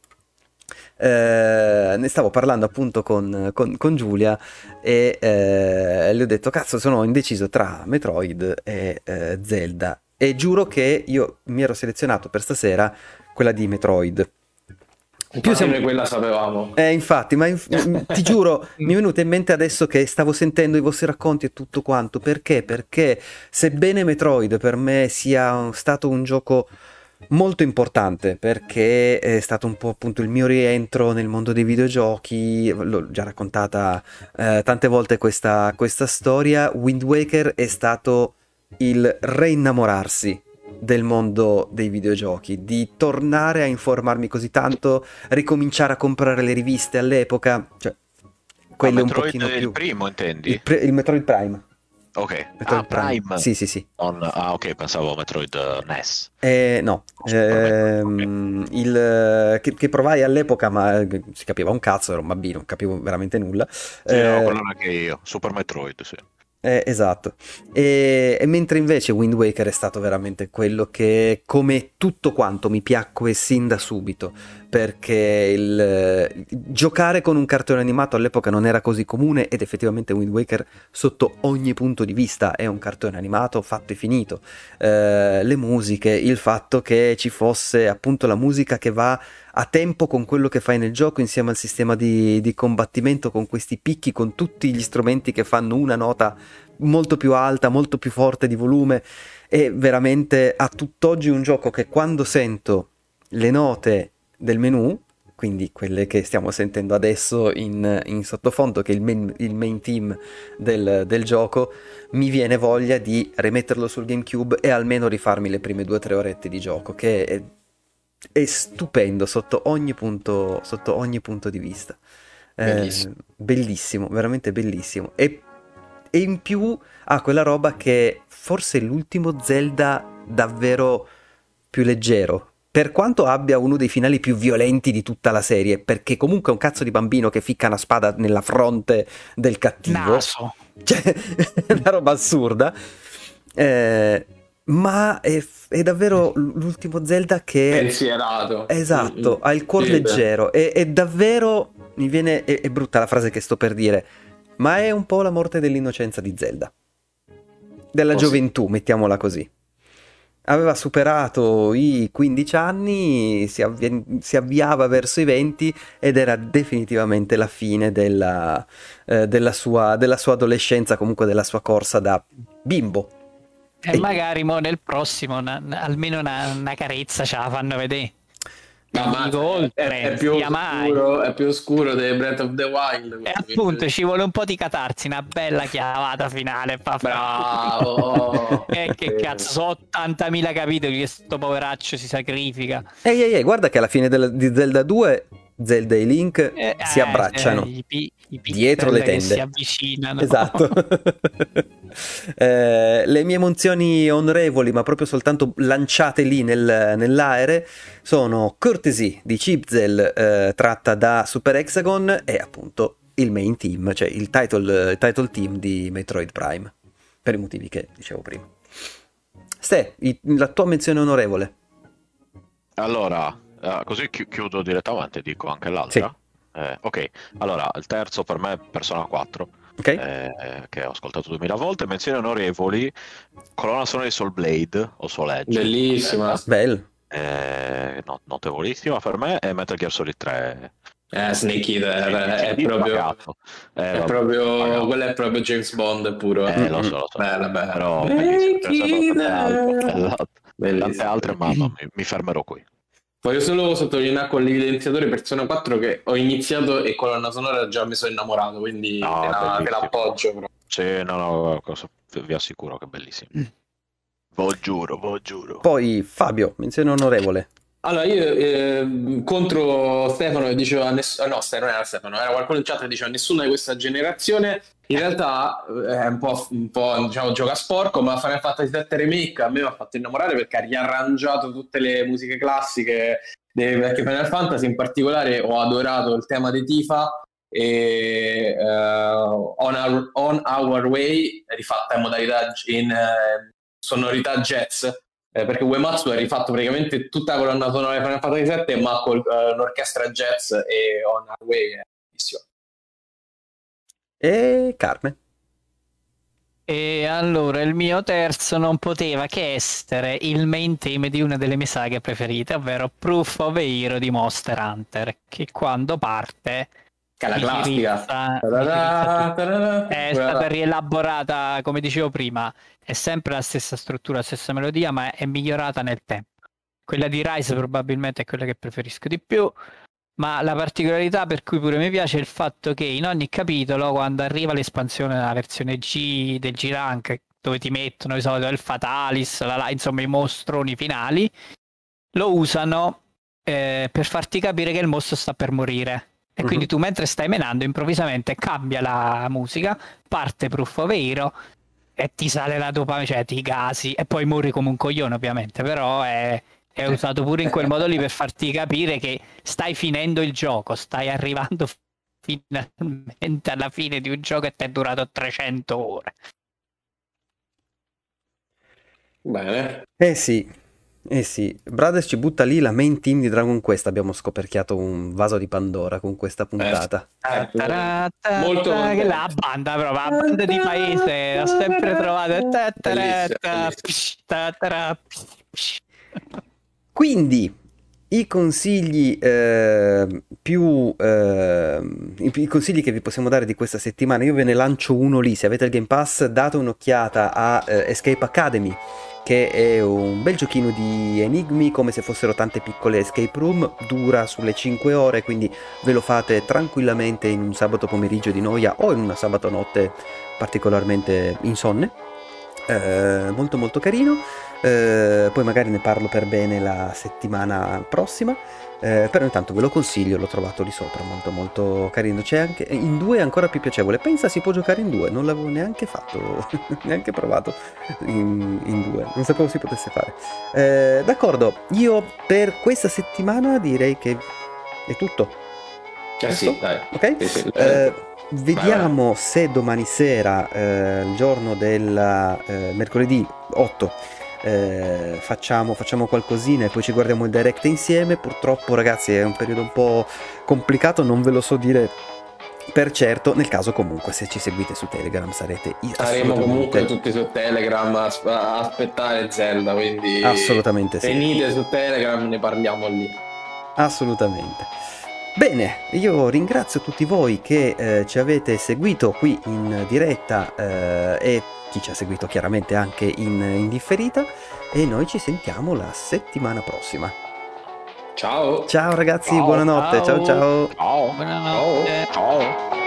Eh, ne stavo parlando appunto con, con, con Giulia e eh, le ho detto cazzo, sono indeciso tra Metroid e eh, Zelda, e giuro che io mi ero selezionato per stasera quella di Metroid. Più siamo... noi quella sapevamo. Eh, infatti, ma inf- ti giuro, mi è venuto in mente adesso che stavo sentendo i vostri racconti e tutto quanto. Perché? Perché sebbene Metroid per me sia stato un gioco molto importante, perché è stato un po' appunto il mio rientro nel mondo dei videogiochi, l'ho già raccontata eh, tante volte questa, questa storia, Wind Waker è stato il reinnamorarsi del mondo dei videogiochi, di tornare a informarmi così tanto, ricominciare a comprare le riviste all'epoca, cioè quelle un pochino più... il primo intendi? Il, pre- il Metroid Prime. Ok, Metroid ah, Prime. Prime. Sì, sì, sì. On... Ah, ok, pensavo Metroid uh, N E S. Eh, no, ehm, okay. il, che, che provai all'epoca, ma si capiva un cazzo, ero un bambino, non capivo veramente nulla. Sì, eh, no, quello anche io, Super Metroid, sì. Eh, esatto, e, e mentre invece Wind Waker è stato veramente quello che, come tutto quanto, mi piacque sin da subito, perché il, il giocare con un cartone animato all'epoca non era così comune, ed effettivamente Wind Waker sotto ogni punto di vista è un cartone animato fatto e finito. Eh, le musiche, il fatto che ci fosse appunto la musica che va a tempo con quello che fai nel gioco, insieme al sistema di, di combattimento, con questi picchi, con tutti gli strumenti che fanno una nota molto più alta, molto più forte di volume. È veramente a tutt'oggi un gioco che, quando sento le note del menu, quindi quelle che stiamo sentendo adesso in, in sottofondo, che è il main, il main theme del, del gioco, mi viene voglia di rimetterlo sul GameCube e almeno rifarmi le prime due o tre orette di gioco, che è è stupendo sotto ogni punto, sotto ogni punto di vista. Bellissimo, eh, bellissimo, veramente bellissimo. E, e in più ha quella roba che forse è l'ultimo Zelda davvero più leggero, per quanto abbia uno dei finali più violenti di tutta la serie, perché comunque è un cazzo di bambino che ficca una spada nella fronte del cattivo. Naso. Cioè, è una roba assurda. Eh, ma è, è davvero l'ultimo Zelda che pensierato, esatto, mm-hmm. ha il cuore sì, leggero, è, è davvero, mi viene, è, è brutta la frase che sto per dire, ma è un po' la morte dell'innocenza di Zelda, della oh, gioventù, sì. Mettiamola così. Aveva superato i quindici anni, si, avvi- si avviava verso i venti, ed era definitivamente la fine della, eh, della, sua, della sua adolescenza, comunque della sua corsa da bimbo. E Ehi. magari mo nel prossimo una, almeno una, una carezza ce la fanno vedere. No, ma oltre, è, è, più oscuro, è più oscuro dei Breath of the Wild. E appunto ci vuole un po' di catarsi, una bella chiavata finale. Pa, bravo. E che cazzo, sono ottantamila capitoli che sto poveraccio si sacrifica. Ehi ehi ehi, guarda che alla fine del, di Zelda due Zelda e Link eh, si abbracciano eh, i, i dietro le tende, si avvicinano. Esatto. eh, le mie emozioni onorevoli, ma proprio soltanto lanciate lì nel, nell'aere, sono Courtesy di Chipzel, eh, tratta da Super Hexagon, e appunto il main team, cioè il title, il title team di Metroid Prime, per i motivi che dicevo prima. Ste, la tua menzione onorevole. Allora, Uh, così chi- chiudo direttamente, dico anche l'altra. Sì. Eh, ok, allora il terzo per me è Persona quattro, okay. eh, che ho ascoltato duemila volte. Menzioni onorevoli: colonna sonora di Soul Blade o Soul Edge, bellissima, eh, bello, eh, not- notevolissima per me. E Metal Gear Solid tre, eh, Snake Eater è, è proprio, eh, è proprio quello è proprio James Bond puro. Eh, lo so, lo so. Bella, bella. Però esatto. Tante altre, ma no, mi, mi fermerò qui. Voglio solo sottolineare con l'evidenziatore Persona quattro che ho iniziato e colonna sonora già mi sono innamorato, quindi no, te, la, te la appoggio. Però. Sì, no, no, vi assicuro che è bellissimo. Mm. Vo giuro, vo giuro. Poi Fabio, menzione onorevole. Allora io eh, contro Stefano che diceva ness- no, Stefano non era Stefano, era qualcuno in chat che diceva nessuno di questa generazione. in realtà è un po', un po' diciamo gioca sporco, ma Final Fantasy sette Remake a me mi ha fatto innamorare perché ha riarrangiato tutte le musiche classiche dei vecchi Final Fantasy. In particolare ho adorato il tema di Tifa e uh, on, our, on Our Way rifatta in modalità in uh, sonorità jazz, eh, perché Uematsu ha rifatto praticamente tutta la colonna sonora di Final Fantasy sette ma con uh, un'orchestra jazz, e On Our Way è bellissimo. E Carmen? E allora il mio terzo non poteva che essere il main theme di una delle mie saghe preferite, ovvero Proof of a Hero di Monster Hunter, che quando parte che è la classica è stata rielaborata, come dicevo prima, è sempre la stessa struttura, la stessa melodia, ma è migliorata nel tempo. Quella di Rise probabilmente è quella che preferisco di più, ma la particolarità per cui pure mi piace è il fatto che in ogni capitolo, quando arriva l'espansione della versione G del G-Rank, dove ti mettono di solito il Fatalis, la, insomma i mostroni finali, lo usano eh, per farti capire che il mostro sta per morire. E quindi tu mentre stai menando improvvisamente cambia la musica, parte Proof of a Hero e ti sale la dopamina, cioè ti gasi e poi muori come un coglione ovviamente, però è, è usato pure in quel modo lì per farti capire che stai finendo il gioco, stai arrivando finalmente alla fine di un gioco che ti è durato trecento ore. Bene. Eh sì. Eh sì, Brothers ci butta lì la main team di Dragon Quest, abbiamo scoperchiato un vaso di Pandora con questa puntata. Eh, eh, molto che la banda proprio, la banda di paese, ho sempre trovato. Quindi i consigli eh, più eh, i, i consigli che vi possiamo dare di questa settimana, io ve ne lancio uno lì. Se avete il Game Pass, date un'occhiata a eh, Escape Academy, che è un bel giochino di enigmi, come se fossero tante piccole escape room, dura sulle cinque ore, quindi ve lo fate tranquillamente in un sabato pomeriggio di noia o in una sabato notte particolarmente insonne. Eh, molto molto carino. Eh, poi magari ne parlo per bene la settimana prossima, eh, però intanto ve lo consiglio, l'ho trovato lì sopra, molto molto carino. C'è anche in due, è ancora più piacevole. Pensa, si può giocare in due, non l'avevo neanche fatto neanche provato in, in due, non sapevo si potesse fare. Eh, d'accordo, io per questa settimana direi che è tutto. Eh sì, dai. Ok? Sì, sì. Eh, vediamo vai, vai. Se domani sera, eh, il giorno del eh, mercoledì otto, Eh, facciamo, facciamo qualcosina e poi ci guardiamo il direct insieme. Purtroppo ragazzi è un periodo un po' complicato, non ve lo so dire per certo. Nel caso comunque se ci seguite su Telegram sarete saremo comunque tutti su Telegram a aspettare Zelda, quindi assolutamente sì, venite su Telegram, ne parliamo lì. Assolutamente. Bene, io ringrazio tutti voi che eh, ci avete seguito qui in diretta eh, e chi ci ha seguito chiaramente anche in, in differita, e noi ci sentiamo la settimana prossima. Ciao. Ciao ragazzi, ciao, buonanotte. Ciao ciao. Ciao. Buonanotte. Ciao. Ciao.